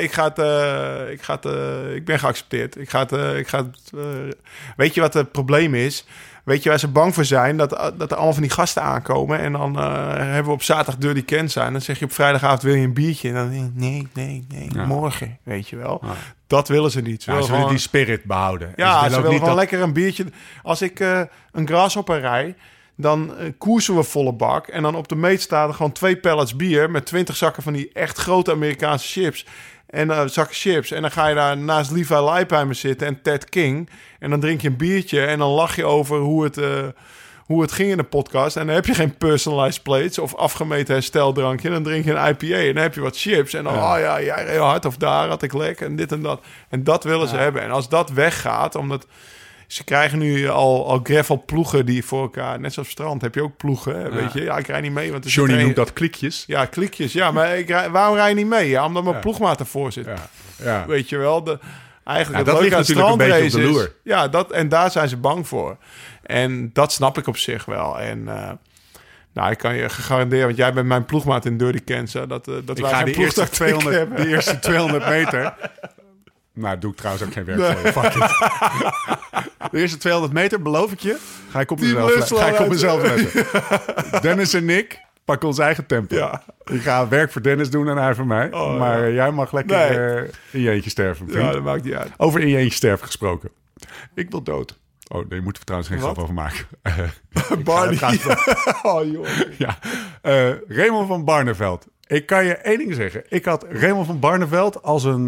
ik ben geaccepteerd. Weet je wat het probleem is? Weet je waar ze bang voor zijn? Dat er allemaal van die gasten aankomen. En dan hebben we op zaterdag Dirty Ken zijn. Dan zeg je op vrijdagavond wil je een biertje. En dan denk je, nee, morgen. Weet je wel. Ja. Dat willen ze niet. Ze willen die spirit behouden. Ja, ze willen gewoon lekker een biertje. Als ik een Grasshopper rij, dan koersen we volle bak. En dan op de meet staan er gewoon 2 pallets bier met 20 zakken van die echt grote Amerikaanse chips. En zakken chips. En dan ga je daar naast Levi Leipheimer zitten en Ted King. En dan drink je een biertje en dan lach je over hoe het ging in de podcast. En dan heb je geen personalized plates of afgemeten hersteldrankje. Dan drink je een IPA en dan heb je wat chips. En dan, jij reed hard of daar had ik lek en dit en dat. En dat willen ze hebben. En als dat weggaat, omdat... Ze krijgen nu al gravelploegen die voor elkaar... Net zoals strand heb je ook ploegen, hè, weet je. Ja, ik rijd niet mee. Want Johnny noemt dat klikjes. Ja, klikjes. Ja, maar waarom rij je niet mee? Ja, omdat mijn ploegmaat ervoor zit. Ja. Weet je wel, eigenlijk dat ligt natuurlijk een beetje op de loer. Ja, en daar zijn ze bang voor. En dat snap ik op zich wel. En... ik kan je garanderen, want jij bent mijn ploegmaat in Dirty Cancer. Dat ik ga de eerste 200 meter... Nou, doe ik trouwens ook geen werk voor je. Fuck it. De eerste 200 meter, beloof ik je, ga ik op mezelf letten. Dennis en ik pakken ons eigen tempo. Ja. Ik ga werk voor Dennis doen en hij voor mij. Maar jij mag lekker in je eentje sterven, vriend. Ja, dat maakt niet uit. Over in je eentje sterven gesproken. Ik wil dood. Oh, daar moeten we trouwens geen grap over maken. Barney. Joh. Ja. Raymond van Barneveld. Ik kan je één ding zeggen. Ik had Raymond van Barneveld als een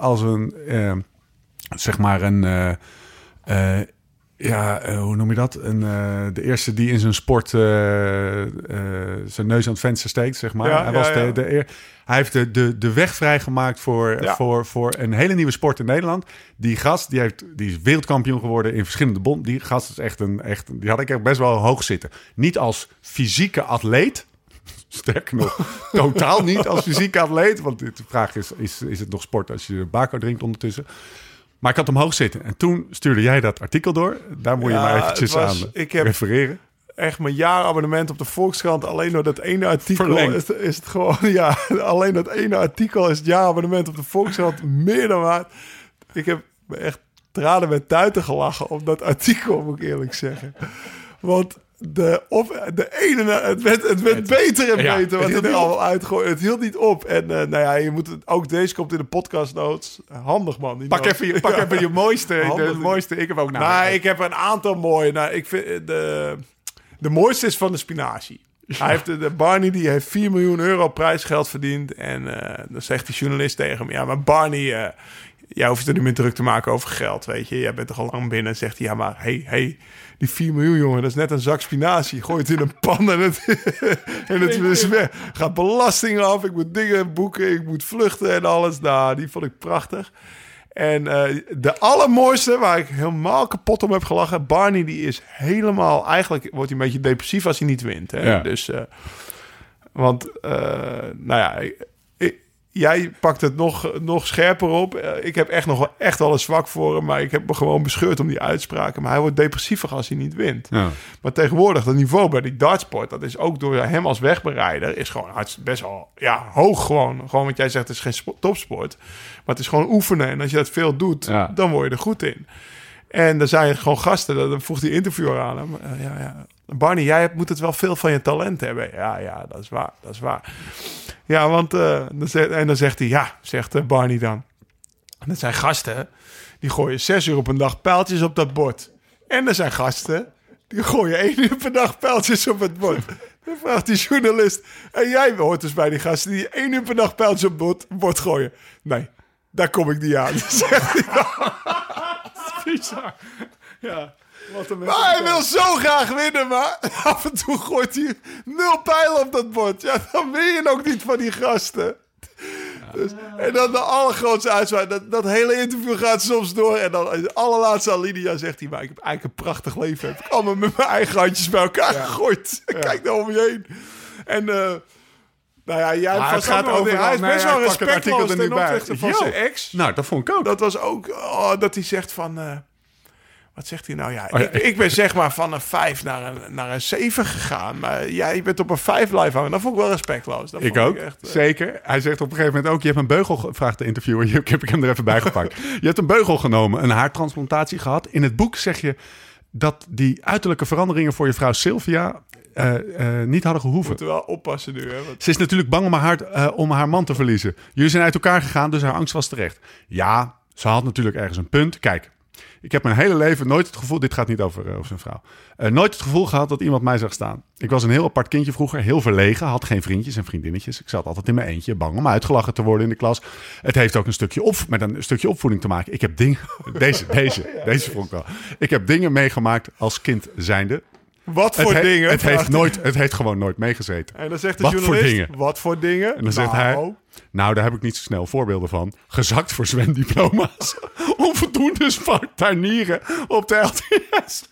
hoe noem je dat? De eerste die in zijn sport zijn neus aan het venster steekt, zeg maar. Ja, hij heeft de weg vrijgemaakt voor een hele nieuwe sport in Nederland. Die gast, die is wereldkampioen geworden in verschillende bonden. Die gast is die had ik echt best wel hoog zitten. Niet als fysieke atleet. Sterker nog, totaal niet als fysieke atleet. Want de vraag is het nog sport als je bako drinkt ondertussen? Maar ik had hem hoog zitten. En toen stuurde jij dat artikel door. Daar moet je maar eventjes aan refereren. Echt mijn jaarabonnement op de Volkskrant. Alleen door dat ene artikel is het gewoon... Ja, alleen dat ene artikel is het jaarabonnement op de Volkskrant meer dan waard. Ik heb echt tranen met tuiten gelachen op dat artikel, moet ik eerlijk zeggen. Want... Het werd beter en beter wat het er al uitgooit. Het hield niet op. En je moet het, ook deze komt in de podcast notes. Handig, man. Pak even je mooiste. De mooiste. Ik heb ook ik heb een aantal mooie. Ik vind de mooiste is van de spinazie. Hij heeft de Barney die heeft 4 miljoen euro prijsgeld verdiend. En dan zegt die journalist tegen hem: ja, maar Barney, jij hoeft er niet meer druk te maken over geld, weet je. Jij bent toch al lang binnen. Zegt hij: ja, maar hey, die 4 miljoen, jongen, dat is net een zak spinazie. Gooi het in een pan en het is weg. Gaat belasting af, ik moet dingen boeken, ik moet vluchten en alles. Nou, die vond ik prachtig. En de allermooiste, waar ik helemaal kapot om heb gelachen... Barney, die is helemaal... Eigenlijk wordt hij een beetje depressief als hij niet wint. Hè? Ja. Dus, jij pakt het nog scherper op. Ik heb echt wel een zwak voor hem... maar ik heb me gewoon bescheurd om die uitspraken. Maar hij wordt depressiever als hij niet wint. Ja. Maar tegenwoordig, dat niveau bij die dartsport... dat is ook door hem als wegbereider... is gewoon best wel hoog gewoon. Gewoon wat jij zegt, het is geen topsport... maar het is gewoon oefenen. En als je dat veel doet, dan word je er goed in. En er zijn gewoon gasten... dan vroeg die interviewer aan hem... Barney, jij moet het wel veel van je talent hebben. Ja, dat is waar. Ja, want... dan zegt hij... zegt Barney dan. En dat zijn gasten... die gooien 6 uur op een dag pijltjes op dat bord. En er zijn gasten... die gooien 1 uur per dag pijltjes op het bord. Dan vraagt die journalist... en jij hoort dus bij die gasten... die 1 uur per dag pijltjes op het bord gooien. Nee, daar kom ik niet aan. Zegt hij dan. Dat is bizar. Ja... Maar hij wil zo graag winnen, maar af en toe gooit hij 0 pijlen op dat bord. Ja, dan win je ook niet van die gasten. Dus, en dan de allergrootste uitspraak. Dat hele interview gaat soms door. En dan de allerlaatste alinea zegt hij... maar ik heb eigenlijk een prachtig leven. Heb ik allemaal met mijn eigen handjes bij elkaar gegooid. Kijk nou om je heen. En... het gaat over... Hij is best wel respectloos ten opzichte van zijn ex. Nou, dat vond ik ook. Dat was ook... dat hij zegt van... Wat zegt hij nou? Ja, ik ben zeg maar van een 5 naar een 7 gegaan. Maar je bent op een 5 blijven hangen. Dat vond ik wel respectloos. Ik ook, echt, zeker. Hij zegt op een gegeven moment ook... Je hebt een beugel, vraagt de interviewer. Ik heb hem er even bij gepakt. Je hebt een beugel genomen, een haartransplantatie gehad. In het boek zeg je dat die uiterlijke veranderingen voor je vrouw Sylvia... niet hadden gehoeven. Moeten wel oppassen nu. Hè? Ze is natuurlijk bang om haar man te verliezen. Jullie zijn uit elkaar gegaan, dus haar angst was terecht. Ja, ze had natuurlijk ergens een punt. Kijk, ik heb mijn hele leven nooit het gevoel... Dit gaat niet over zijn vrouw. Nooit het gevoel gehad dat iemand mij zag staan. Ik was een heel apart kindje vroeger. Heel verlegen. Had geen vriendjes en vriendinnetjes. Ik zat altijd in mijn eentje. Bang om uitgelachen te worden in de klas. Het heeft ook met een stukje opvoeding te maken. Ik heb dingen... Deze vond ik wel. Ik heb dingen meegemaakt als kind zijnde... Wat voor dingen? Het heeft gewoon nooit meegezeten. En dan zegt de journalist, wat voor dingen? En dan zegt hij, nou, daar heb ik niet zo snel voorbeelden van. Gezakt voor zwemdiploma's. Onvoldoende spartuinieren op de LTS.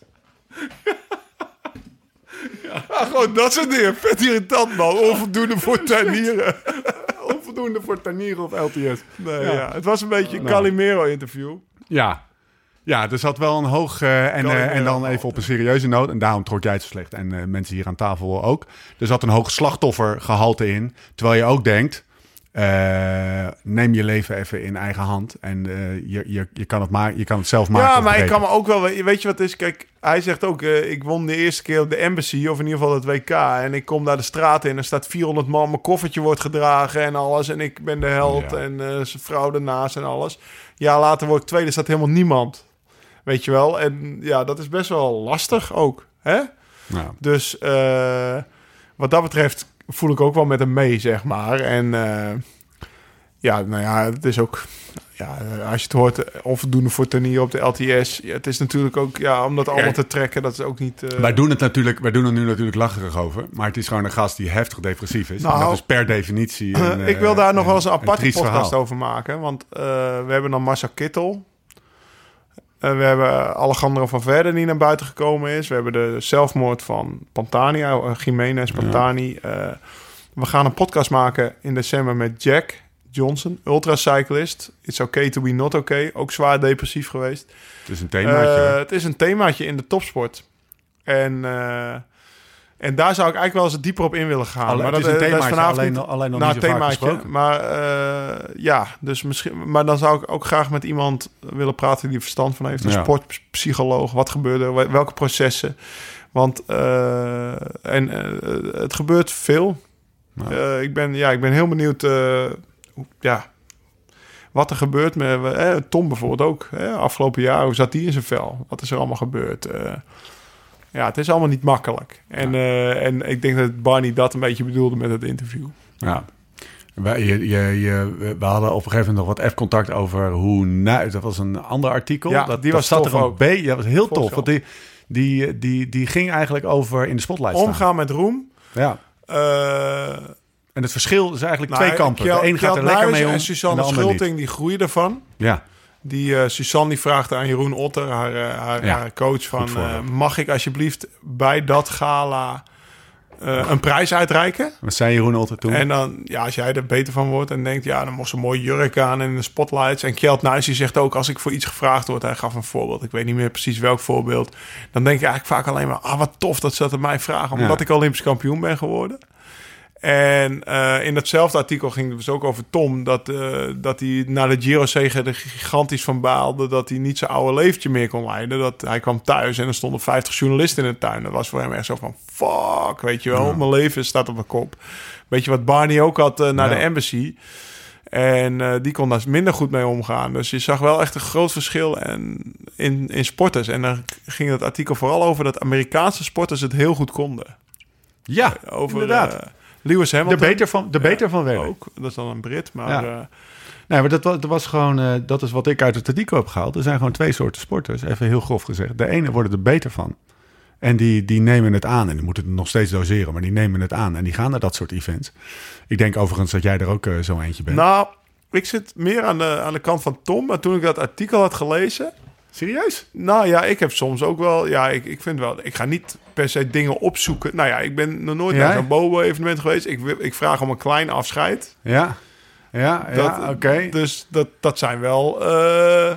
Ja, gewoon dat soort dingen. Vet irritant, man. Onvoldoende voor tuinieren. Onvoldoende voor tuinieren op LTS. Nee, ja. Het was een beetje een Calimero-interview. Ja, er zat wel een hoog... en dan even op een serieuze noot. En daarom trok jij het zo slecht. En mensen hier aan tafel ook. Er zat een hoog slachtoffergehalte in. Terwijl je ook denkt... neem je leven even in eigen hand. En je kan het zelf maken. Ja, maar ik kan me ook wel... Weet je wat het is? Kijk, hij zegt ook... ik won de eerste keer op de Embassy. Of in ieder geval het WK. En ik kom daar de straat in. En er staat 400 man. Mijn koffertje wordt gedragen en alles. En ik ben de held. Ja. En zijn vrouw ernaast en alles. Ja, later word ik tweede. Er staat helemaal niemand. Weet je wel? En ja, dat is best wel lastig ook. Hè? Ja. Dus wat dat betreft voel ik ook wel met hem mee, zeg maar. En het is ook... Ja, als je het hoort, onvoldoende voor turnier op de LTS. Ja, het is natuurlijk ook, om dat allemaal te trekken, dat is ook niet... Wij doen er nu natuurlijk lacherig over. Maar het is gewoon een gast die heftig depressief is. Nou, en dat is per definitie... ik wil daar nog wel eens een aparte podcast over maken. Want we hebben dan Marcel Kittel... we hebben Alejandro van Verden die naar buiten gekomen is. We hebben de zelfmoord van Pantani, Jiménez Pantani. Ja. We gaan een podcast maken in december met Jack Johnson, ultracyclist. It's okay to be not okay. Ook zwaar depressief geweest. Het is een themaatje. Het is een themaatje in de topsport. En daar zou ik eigenlijk wel eens dieper op in willen gaan. Maar dat is een themaatje, alleen nog niet zo vaak gesproken. Maar dus misschien. Maar dan zou ik ook graag met iemand willen praten die er verstand van heeft. Een sportpsycholoog. Wat gebeurde? Welke processen? Want het gebeurt veel. Nou. Ik ben heel benieuwd. Wat er gebeurt met Tom bijvoorbeeld ook. Afgelopen jaar, hoe zat die in zijn vel? Wat is er allemaal gebeurd? Het is allemaal niet makkelijk. En ik denk dat Barney dat een beetje bedoelde met het interview. Ja. We hadden op een gegeven moment nog wat F-contact over hoe... dat was een ander artikel. Ja, die was tof ook. Dat was heel tof. Want die ging eigenlijk over in de spotlight staan. Omgaan met roem. Ja. En het verschil is eigenlijk twee kampen. De een gaat er lekker mee om. En Suzanne Schulting, die groeien ervan. Ja. Suzanne die vraagt aan Jeroen Otter, haar coach, van... mag ik alsjeblieft bij dat gala een prijs uitreiken? Wat zei Jeroen Otter toen? En dan, als jij er beter van wordt en denkt... dan mocht ze een mooie jurk aan en de spotlights. En Kjeld Nuis die zegt ook, als ik voor iets gevraagd word... hij gaf een voorbeeld, ik weet niet meer precies welk voorbeeld... dan denk ik eigenlijk vaak alleen maar... wat tof dat ze dat aan mij vragen, omdat ik Olympisch kampioen ben geworden... En in datzelfde artikel ging het dus ook over Tom... dat hij na de Giro-zege er gigantisch van baalde... dat hij niet zijn oude leventje meer kon leiden. Dat hij kwam thuis en er stonden 50 journalisten in de tuin. Dat was voor hem echt zo van... fuck, weet je wel, mijn leven staat op mijn kop. Weet je wat Barney ook had naar de Embassy... En die kon daar minder goed mee omgaan. Dus je zag wel echt een groot verschil in sporters. En daar ging het artikel vooral over... dat Amerikaanse sporters het heel goed konden. Ja, inderdaad. Lewis Hamilton. De beter van werk. Ook. Dat is dan een Brit, maar... Ja. Nee, maar dat was gewoon... dat is wat ik uit het artikel heb gehaald. Er zijn gewoon twee soorten sporters, even heel grof gezegd. De ene worden er beter van. En die nemen het aan. En die moeten het nog steeds doseren, maar die nemen het aan. En die gaan naar dat soort events. Ik denk overigens dat jij er ook zo eentje bent. Nou, ik zit meer aan de kant van Tom. Maar toen ik dat artikel had gelezen... Serieus? Nou ja, ik heb soms ook wel... Ja, ik vind wel... Ik ga niet per se dingen opzoeken. Nou ja, ik ben nog nooit naar zo'n Bobo-evenement geweest. Ik vraag om een klein afscheid. Ja, oké. Dus dat zijn wel...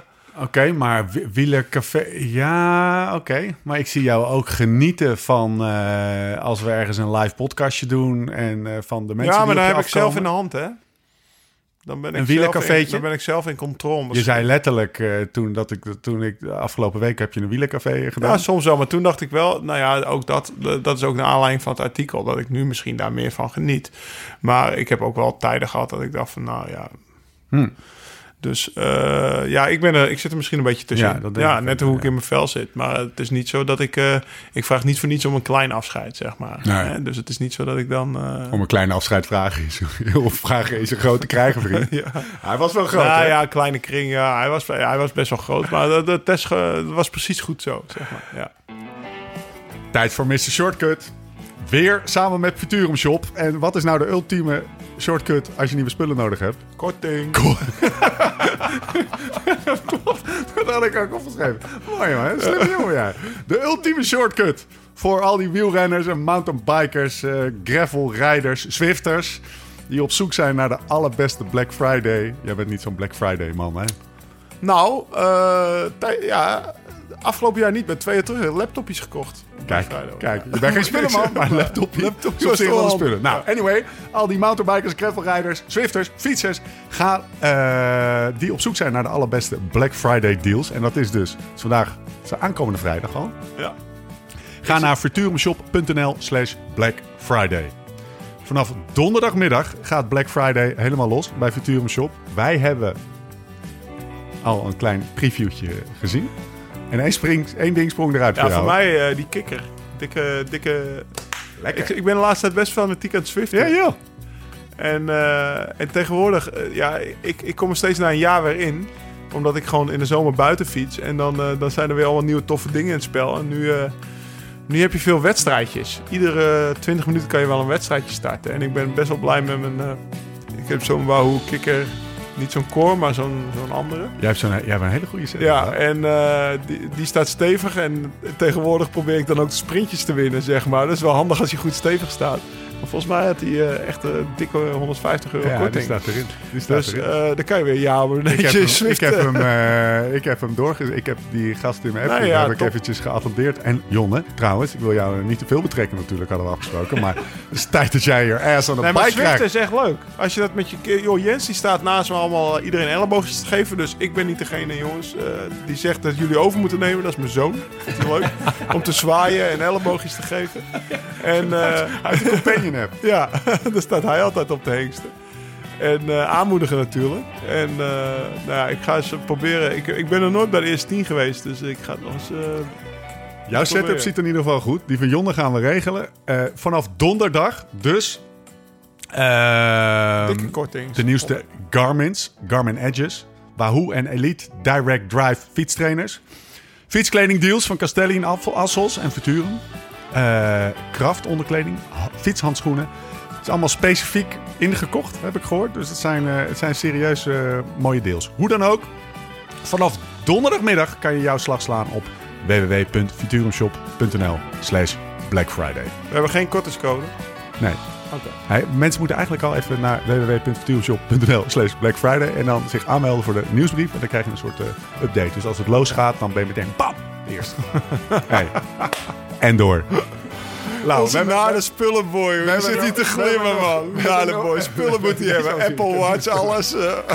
Oké, maar wielercafé... Ja, oké. Maar ik zie jou ook genieten van... als we ergens een live podcastje doen... en van de mensen die maar dan heb ik zelf in de hand, hè? Dan ben ik een wielercafeetje? Dan ben ik zelf in controle. Je zei letterlijk toen ik de afgelopen week heb je een wielercafé gedaan. Ja, soms wel. Maar toen dacht ik wel, nou ja, ook dat is ook naar aanleiding van het artikel, dat ik nu misschien daar meer van geniet. Maar ik heb ook wel tijden gehad dat ik dacht van, nou ja. Dus ik zit er misschien een beetje tussen. Ja, net hoe ik in mijn vel zit. Maar het is niet zo dat ik vraag niet voor niets om een klein afscheid, zeg maar. Nee. Dus het is niet zo dat ik dan... Om een klein afscheid vragen is een grote krijgen, vriend. Ja. Hij was wel groot, hè? Ja, kleine kring. Ja, hij was best wel groot. Maar de test was precies goed zo, zeg maar. Ja. Tijd voor Mr. Shortcut. Weer samen met Futurum Shop. En wat is nou de ultieme shortcut als je nieuwe spullen nodig hebt? Korting. Dat had ik ook opgeschreven. Mooi, man. Slim jongen, ja. De ultieme shortcut voor al die wielrenners en mountainbikers, gravelrijders, Zwifters, die op zoek zijn naar de allerbeste Black Friday. Jij bent niet zo'n Black Friday man, hè? Nou, afgelopen jaar niet. Met 2 jaar terug laptopjes gekocht. Kijk, je bent geen spullenman, maar laptopjes op zich wel spullen. Nou, anyway, al die mountainbikers, gravelrijders, Zwifters, fietsers, die op zoek zijn naar de allerbeste Black Friday deals. En dat is dus vandaag, aankomende vrijdag al. Ja. Ga naar futurumshop.nl/Black Friday. Vanaf donderdagmiddag gaat Black Friday helemaal los bij Futurum Shop. Wij hebben al een klein previewtje gezien. En één ding sprong eruit voor jou. Voor mij die kikker. Dikke... Lekker. Ik ben de laatste tijd best fanatiek aan het Zwiften. Ja, joh. En tegenwoordig... ik kom er steeds na een jaar weer in. Omdat ik gewoon in de zomer buiten fiets. En dan zijn er weer allemaal nieuwe toffe dingen in het spel. En nu heb je veel wedstrijdjes. Iedere 20 minuten kan je wel een wedstrijdje starten. En ik ben best wel blij met mijn... ik heb zo'n Wahoo kikker... Niet zo'n Core, maar zo'n andere. Jij hebt een hele goede set. Ja, en die staat stevig. En tegenwoordig probeer ik dan ook de sprintjes te winnen, zeg maar. Dat is wel handig als je goed stevig staat. Maar volgens mij had hij echt een dikke €150 korting. Die staat erin. Dan kan je weer ik heb hem doorgezet. Ik heb die gast in mijn app heb ik eventjes geattendeerd. En Jonne, trouwens, ik wil jou niet te veel betrekken natuurlijk, hadden we afgesproken. Maar het is tijd dat jij je ass aan de bike krijgt. Zwift is echt leuk. Als je dat met je... Jens, die staat naast me allemaal iedereen elleboogjes te geven. Dus ik ben niet degene, jongens, die zegt dat jullie over moeten nemen. Dat is mijn zoon. Vindt hij leuk. Om te zwaaien en elleboogjes te geven. En uit de companion app. Ja, daar staat hij altijd op de hengsten. En aanmoedigen natuurlijk. En ik ga eens proberen. Ik ben er nooit bij de eerste 10 geweest. Dus ik ga het nog eens... Jouw setup ziet er in ieder geval goed. Die van Jonne gaan we regelen. Vanaf donderdag dus... dikke korting. De nieuwste Garmin Edges. Wahoo en Elite Direct Drive fietstrainers. Fietskledingdeals van Castelli en Assels en Futurum. Kraft onderkleding. Fietshandschoenen. Het is allemaal specifiek ingekocht, heb ik gehoord. Dus het zijn serieus mooie deals. Hoe dan ook, vanaf donderdagmiddag kan je jouw slag slaan op www.futurumshop.nl/Black Friday. We hebben geen kortingscode? Nee. Okay. Mensen moeten eigenlijk al even naar www.futurumshop.nl/Black Friday en dan zich aanmelden voor de nieuwsbrief. En dan krijg je een soort update. Dus als het losgaat, dan ben je meteen bam, eerst. En door. We hebben naar de spullenboy. We zitten hier te glimmen, man. Naar de boy. Spullen moet hij hebben. Apple Watch, alles.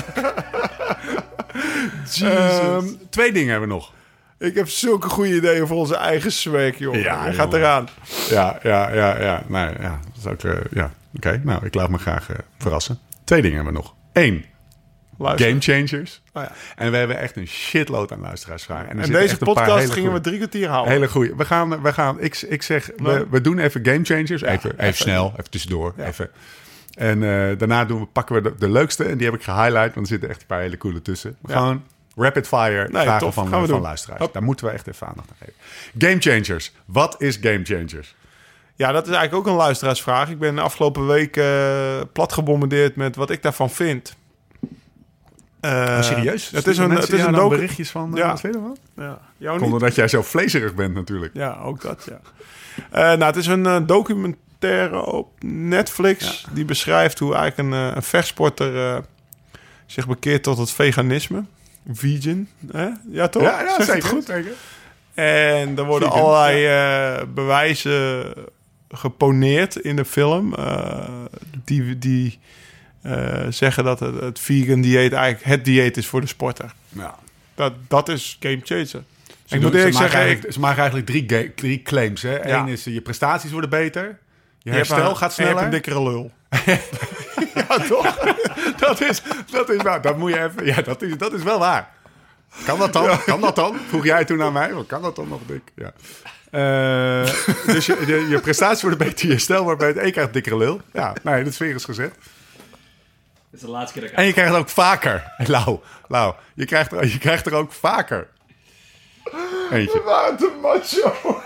Jesus. 2 dingen hebben we nog. Ik heb zulke goede ideeën voor onze eigen swag, joh. Ja, gaat eraan. Ja. Nou, ja. Dat is ook, Oké, nou, ik laat me graag verrassen. 2 dingen hebben we nog. 1. Game Changers. Oh ja. En we hebben echt een shitload aan luisteraarsvragen. En deze podcast gingen we 3 kwartier houden. Hele goeie. We gaan ik zeg, we doen even Game Changers. Even snel, even tussendoor. Ja. Even. En daarna pakken we de leukste. En die heb ik gehighlight, want er zitten echt een paar hele coole tussen. We gaan rapid fire vragen van luisteraars. Hop. Daar moeten we echt even aandacht aan geven. Game Changers. Wat is Game Changers? Ja, dat is eigenlijk ook een luisteraarsvraag. Ik ben de afgelopen week plat gebombardeerd met wat ik daarvan vind. Serieus? Het is een berichtjes van ja. Ja. Omdat jij zo vlezerig bent natuurlijk. Ja, ook dat, ja. Het is een documentaire op Netflix die beschrijft hoe eigenlijk een vechtsporter zich bekeert tot het veganisme. vegan. Hè? Ja, toch? Ja, zeker. Goed. Zeker. En er worden allerlei bewijzen geponeerd in de film. Die zeggen dat het vegan dieet eigenlijk het dieet is voor de sporter. Ja. Dat is game changer. Ze maken eigenlijk drie claims. Hè? Eén is je prestaties worden beter. Je herstel gaat sneller. Je hebt een dikkere lul. Ja, toch? dat is waar. Dat moet je even... Ja, dat is wel waar. Kan dat dan? Ja. Kan dat dan? Vroeg jij toen aan mij. Kan dat dan nog, dik? Ja. Dus je prestaties worden beter, je herstel wordt beter. En je krijgt een dikkere lul. Ja, nee, de sfeer is gezet. Dat is de laatste keer dat en je krijgt het ook vaker. Lau. Je krijgt er ook vaker. Eentje. We waren te macho.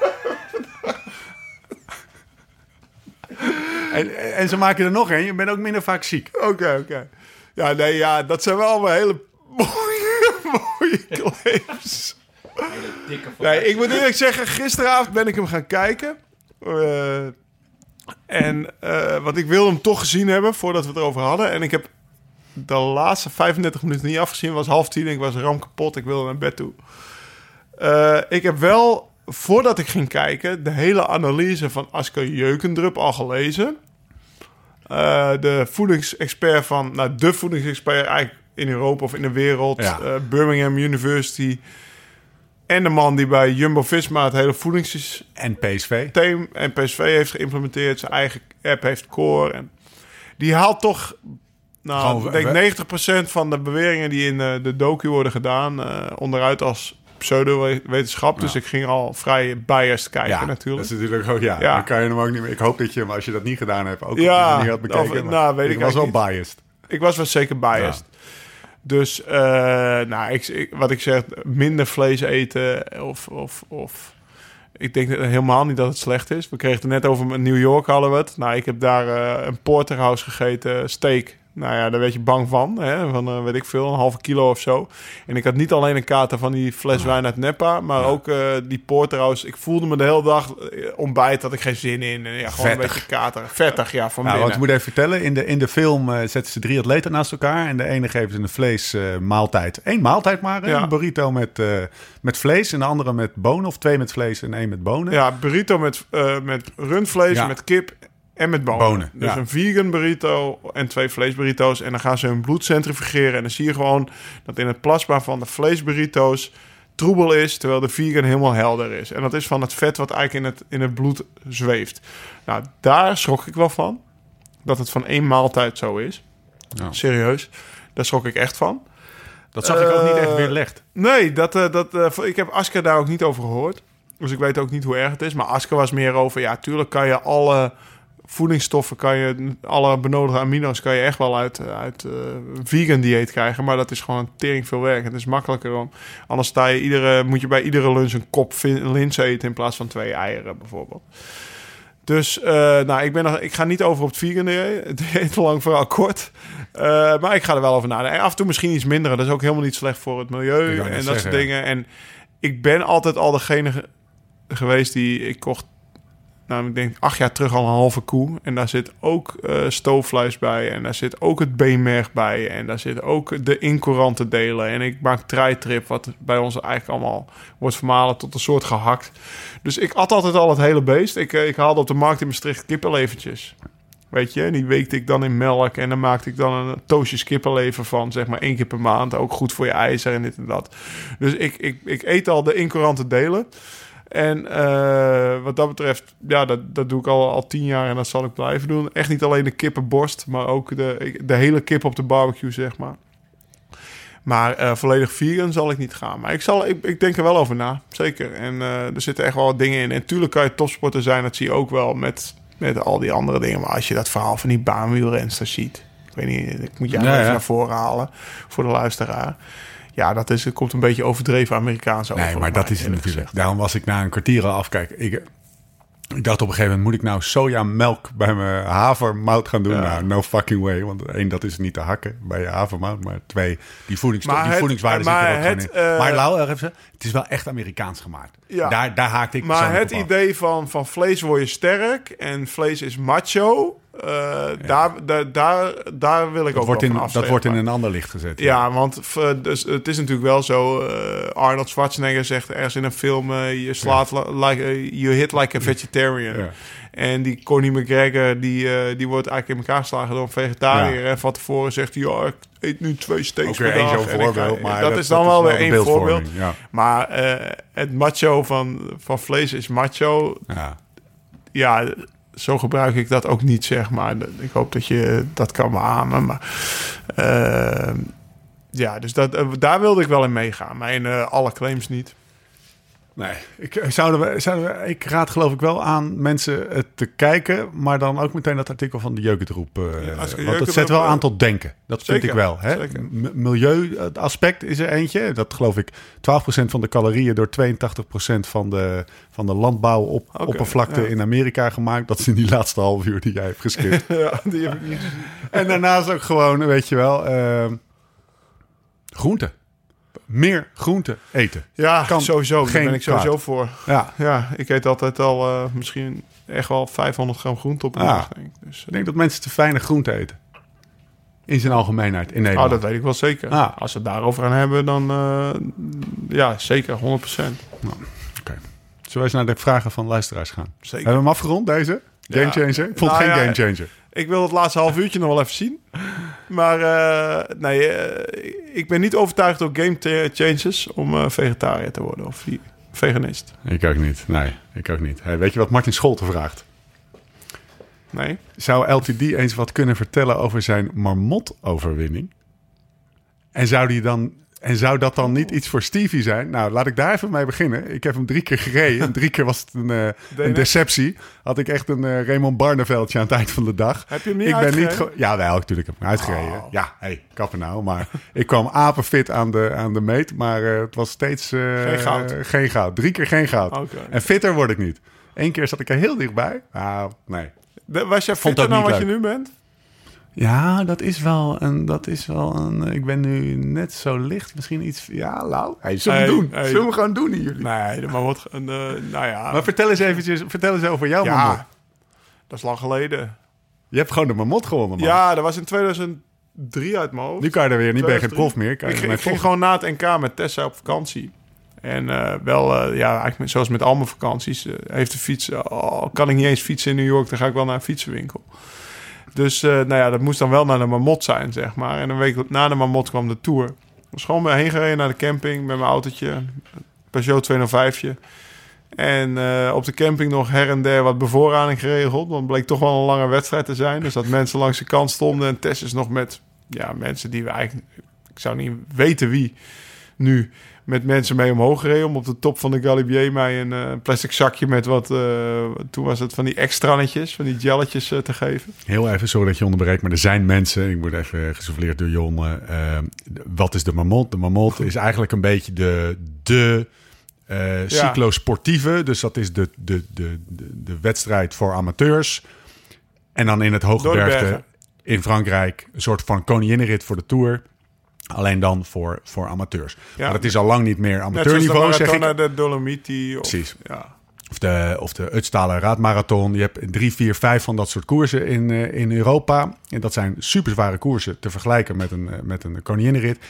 En ze maken er nog een. Je bent ook minder vaak ziek. Oké. Ja, dat zijn wel allemaal hele mooie claims. Hele dikke nee, ik moet eerlijk zeggen, gisteravond ben ik hem gaan kijken. Want ik wilde hem toch gezien hebben voordat we het erover hadden. En ik heb de laatste 35 minuten niet afgezien. Het was 9:30, ik was ramkapot. Ik wilde naar bed toe. Ik heb wel, voordat ik ging kijken, de hele analyse van Asker Jeukendrup al gelezen. De voedingsexpert de voedingsexpert eigenlijk in Europa of in de wereld. Ja. Birmingham University. En de man die bij Jumbo-Visma het hele en PSV. En PSV heeft geïmplementeerd. Zijn eigen app heeft Core. En die haalt toch, ik denk 90% van de beweringen die in de docu worden gedaan onderuit als pseudo-wetenschap. Ja. Dus ik ging al vrij biased kijken natuurlijk. Dat is natuurlijk ook, dan kan je hem ook niet meer. Ik hoop dat je hem, als je dat niet gedaan hebt, ook niet had bekeken. Weet ik was wel biased. Ik was wel zeker biased. Ja. Dus, wat ik zeg, minder vlees eten of ik denk helemaal niet dat het slecht is. We kregen het net over New York, hadden we het. Nou, ik heb daar een porterhouse gegeten, steak. Nou ja, daar werd je bang van. Hè? Van, weet ik veel, een halve kilo of zo. En ik had niet alleen een kater van die fles wijn uit Napa, maar ook die porterhouse. Ik voelde me de hele dag ontbijt, had ik geen zin in. En gewoon vettig. Een beetje kater. Vettig, van binnen. Want ik moet even vertellen, in de film zetten ze 3 atleten naast elkaar. En de ene geven ze een vleesmaaltijd. 1 maaltijd maar, een burrito met vlees. En de andere met bonen, of 2 met vlees en 1 met bonen. Ja, burrito met rundvlees, met kip en met bonen. Dus een vegan burrito en 2 vleesburrito's. En dan gaan ze hun bloed centrifugeren. En dan zie je gewoon dat in het plasma van de vleesburrito's troebel is, terwijl de vegan helemaal helder is. En dat is van het vet wat eigenlijk in het bloed zweeft. Nou, daar schrok ik wel van. Dat het van 1 maaltijd zo is. Ja. Serieus. Daar schrok ik echt van. Dat zag ik ook niet echt weerlegd. Nee, ik heb Asker daar ook niet over gehoord. Dus ik weet ook niet hoe erg het is. Maar Asker was meer over, tuurlijk kan je alle voedingsstoffen, alle benodigde amino's kan je echt wel uit vegan dieet krijgen. Maar dat is gewoon tering veel werk. Het is makkelijker om. Anders moet je bij iedere lunch een kop linzen eten in plaats van 2 eieren bijvoorbeeld. Dus ik ga niet over op het vegan dieet, lang vooral kort. Maar ik ga er wel over nadenken. Af en toe misschien iets minder. Dat is ook helemaal niet slecht voor het milieu en dat soort dingen. En ik ben altijd al degene geweest die ik kocht. Nou, ik denk 8 jaar terug al een halve koe. En daar zit ook stoofvlees bij. En daar zit ook het beenmerg bij. En daar zit ook de incourante delen. En ik maak treitrip, wat bij ons eigenlijk allemaal wordt vermalen tot een soort gehakt. Dus ik at altijd al het hele beest. Ik haalde op de markt in Maastricht kippenlevertjes. Weet je, die weekte ik dan in melk. En dan maakte ik dan een toastjes kippenlever van, zeg maar 1 keer per maand. Ook goed voor je ijzer en dit en dat. Dus ik eet al de incourante delen. En wat dat betreft, dat doe ik al 10 jaar en dat zal ik blijven doen. Echt niet alleen de kippenborst, maar ook de hele kip op de barbecue, zeg maar. Maar volledig vegan zal ik niet gaan. Maar ik denk er wel over na, zeker. En er zitten echt wel wat dingen in. En natuurlijk kan je topsporter zijn, dat zie je ook wel met al die andere dingen. Maar als je dat verhaal van die baanwielrenster ziet, ik weet niet, ik moet je even naar voren halen voor de luisteraar. Ja, het komt een beetje overdreven Amerikaans over. Nee, maar dat is het natuurlijk. Daarom was ik na een kwartier al afkijken. Ik dacht op een gegeven moment, moet ik nou sojamelk bij mijn havermout gaan doen? Ja. Nou, no fucking way. Want 1, dat is niet te hakken bij je havermout. Maar 2, die voedingswaarde zit er ook gewoon in. Maar Lau, Het is wel echt Amerikaans gemaakt. Ja. Daar haakte ik maar het op af. idee van vlees word je sterk en vlees is macho... Daar wil ik ook wel van afstrepen. Dat wordt in een ander licht gezet. Ja, want dus, het is natuurlijk wel zo... Arnold Schwarzenegger zegt ergens in een film... je slaat you hit like a vegetarian. Ja. En die Conor McGregor... die wordt eigenlijk in elkaar geslagen door een vegetariër. En van tevoren zegt hij... ik eet nu 2 steaks per dag. Ook zo'n voorbeeld. Maar dat is dan wel weer één voorbeeld. Ja. Maar het macho van vlees is macho. Ja, zo gebruik ik dat ook niet, zeg maar. Ik hoop dat je dat kan beamen. Maar dus daar wilde ik wel in meegaan. Maar in alle claims niet. Nee, ik raad geloof ik wel aan mensen het te kijken, maar dan ook meteen dat artikel van de Jeukentroep. Want het zet wel aan tot denken. Dat zeker, vind ik wel. Hè? Milieuaspect is er eentje. Dat geloof ik 12% van de calorieën door 82% van de landbouwoppervlakte in Amerika gemaakt. Dat is in die laatste half uur die jij hebt geskipt. Ja, die heb ik niet gezien. En daarnaast ook gewoon, weet je wel, groenten. Meer groente eten. Ja, sowieso. Daar ben ik sowieso kwaad. voor. Ja, ik eet altijd al misschien echt wel 500 gram groente op een dag. Dus, ik denk dat mensen te weinig groente eten. In zijn algemeenheid in Nederland. Dat weet ik wel zeker. Als we het daarover gaan hebben, dan zeker, 100%. Oké. Zullen we eens naar de vragen van luisteraars gaan? Zeker. Hebben we hem afgerond, deze? Gamechanger? Ik vond het geen gamechanger. Ik wil het laatste half uurtje nog wel even zien. Maar ik ben niet overtuigd door game changes om vegetariër te worden of veganist. Ik ook niet. Nee, ik ook niet. Hey, weet je wat Martin Scholte vraagt? Nee. Zou LTD eens wat kunnen vertellen over zijn marmotoverwinning? En zou dat dan niet iets voor Stevie zijn? Nou, laat ik daar even mee beginnen. Ik heb hem 3 keer gereden. 3 keer was het een deceptie. Had ik echt een Raymond Barneveldje aan het eind van de dag. Heb je hem niet uitgereden? Jawel, natuurlijk heb ik hem uitgereden. Oh. Ja, kappen nou. Maar ik kwam apenfit aan de meet. Maar het was steeds geen goud. 3 keer geen goud. Okay. En fitter word ik niet. 1 keer zat ik er heel dichtbij. Nee. Was jij fitter dan wat je nu bent? Ja, dat is wel een... Ik ben nu net zo licht. Misschien iets... Ja, Lau. Zullen we gewoon doen hier jullie? Nee, maar wat... Maar vertel eens over jouw marmot. Dat is lang geleden. Je hebt gewoon de marmot gewonnen, man. Ja, dat was in 2003 uit mijn hoofd. Nu kan je er weer niet bij geen prof meer. Ik ging gewoon na het NK met Tessa op vakantie. En eigenlijk zoals met al mijn vakanties... heeft de fiets... kan ik niet eens fietsen in New York... dan ga ik wel naar een fietsenwinkel. Dus dat moest dan wel naar de Marmot zijn, zeg maar. En een week na de Marmot kwam de Tour. Ik was gewoon heen gereden naar de camping met mijn autootje. Peugeot 205'tje. En op de camping nog her en der wat bevoorrading geregeld. Want het bleek toch wel een lange wedstrijd te zijn. Dus dat mensen langs de kant stonden. En Tess is nog met mensen die we eigenlijk... Ik zou niet weten wie nu... met mensen mee omhoog gereden... om op de top van de Galibier mij een plastic zakje met wat... toen was het van die extranetjes, van die gelletjes te geven. Heel even, sorry dat je onderbreekt, maar er zijn mensen... ik word even gesouffleerd door Jon. Wat is de marmot? De marmot is eigenlijk een beetje de cyclosportieve. Dus dat is de wedstrijd voor amateurs. En dan in het Hooggebergte in Frankrijk... een soort van koninginnenrit voor de Tour... Alleen dan voor amateurs. Ja. Maar dat is al lang niet meer amateurniveau, zeg ik. De Dolomiti. Precies. Of de Utstaler Raadmarathon. Je hebt 3, 4, 5 van dat soort koersen in Europa. En dat zijn super zware koersen te vergelijken met een koninginnenrit.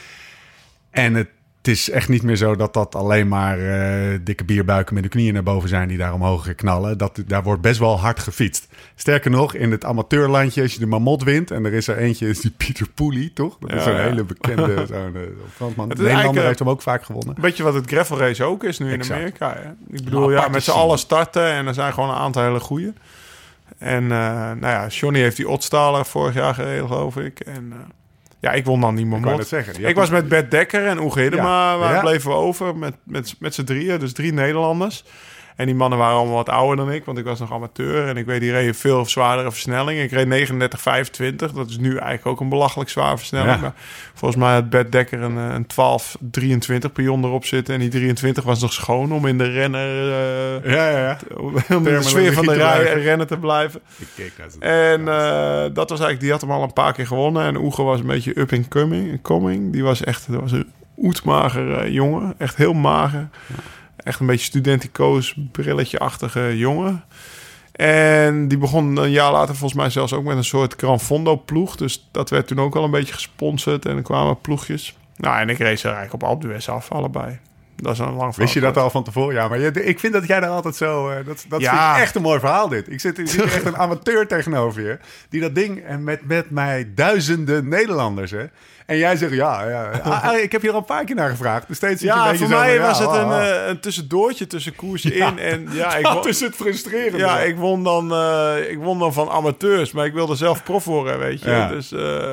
En het is echt niet meer zo dat alleen maar dikke bierbuiken met de knieën naar boven zijn die daar omhoog knallen. Daar wordt best wel hard gefietst. Sterker nog, in het amateurlandje, als je de Marmot wint, en er is er eentje, is die Pieter Pooley, toch? Dat is een hele bekende Fransman. De Nederlander heeft hem ook vaak gewonnen. Weet je wat het gravel race ook is nu in Amerika? Hè? Ik bedoel, met z'n allen starten en er zijn gewoon een aantal hele goeie. En Johnny heeft die Otstaler vorig jaar gereden, geloof ik. En ik won dan niet Marmot. Ik was met Bert Dekker en Oege Hiddema. Waar bleven we over met z'n drieën. Dus 3 Nederlanders. En die mannen waren allemaal wat ouder dan ik. Want ik was nog amateur. En ik weet, die reden veel zwaardere versnelling. Ik reed 39,25. Dat is nu eigenlijk ook een belachelijk zware versnelling. Ja. Maar volgens mij had Bert Dekker een 12,23 pion erop zitten. En die 23 was nog schoon om in de renner... om in de sfeer van de rennen te blijven. Ik keek en dat was eigenlijk... Die had hem al een paar keer gewonnen. En Oege was een beetje up and coming. Die was echt... Dat was oetmagere jongen. Echt heel mager. Echt een beetje studenticoos, brilletje-achtige jongen. En die begon een jaar later volgens mij zelfs ook met een soort Gran Fondo ploeg. Dus dat werd toen ook al een beetje gesponsord. En er kwamen ploegjes. Nou, en ik race er eigenlijk op Alpe d'Huez af, allebei. Dat is een lang verhaal. Wist je dat al van tevoren? Ja, maar ik vind dat jij daar altijd zo... dat vind ik echt een mooi verhaal, dit. Ik zit echt een amateur tegenover je. Die dat ding... En met mij duizenden Nederlanders, hè. En jij zegt, ik heb hier al een paar keer naar gevraagd. Dus steeds zit je een beetje voor mij was het een tussendoortje tussen koersen in. En dat is het frustrerende. Ja, ik won dan van amateurs. Maar ik wilde zelf prof worden, weet je. Ja. Dus...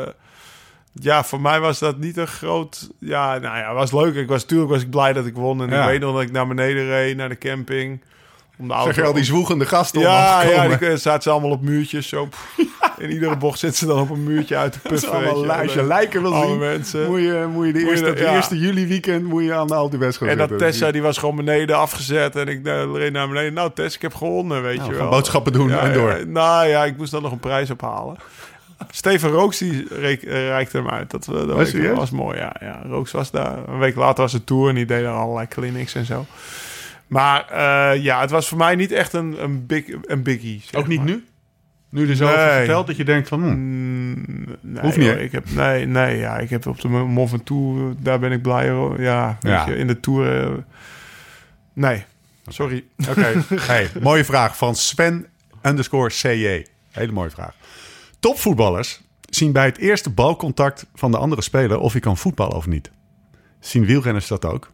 voor mij was dat niet een groot... Ja, nou ja, het was leuk. Natuurlijk was ik blij dat ik won. En ik weet nog dat ik naar beneden reed, naar de camping. Om de auto... Zeg je al die zwoegende gasten om die zaten ze allemaal op muurtjes. Zo. In iedere bocht zitten ze dan op een muurtje uit te puffen. Als je lijken wil zien, mensen. Moet je de eerste juli weekend moet je aan de Alpe d'Huez gaan zitten. En dat Tessa, die was gewoon beneden afgezet. En ik reed naar beneden. Nou, Tess, ik heb gewonnen, weet je wel. Boodschappen doen en door. Ik moest dan nog een prijs ophalen. Steven Rooks, die reikte hem uit. Dat was mooi, ja. Rooks was daar. Een week later was de Tour en die deed er allerlei clinics en zo. Maar het was voor mij niet echt een biggie. Ook niet nu? Nu er zo over verteld dat je denkt van... nee, hoeft niet, ik heb op de Mont Ventoux, daar ben ik blij. Weet je, in de Tour... nee, sorry. Oké. Hey, mooie vraag van Sven_CJ. Hele mooie vraag. Topvoetballers zien bij het eerste balcontact van de andere speler of hij kan voetballen of niet. Zien wielrenners dat ook?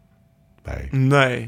Nee.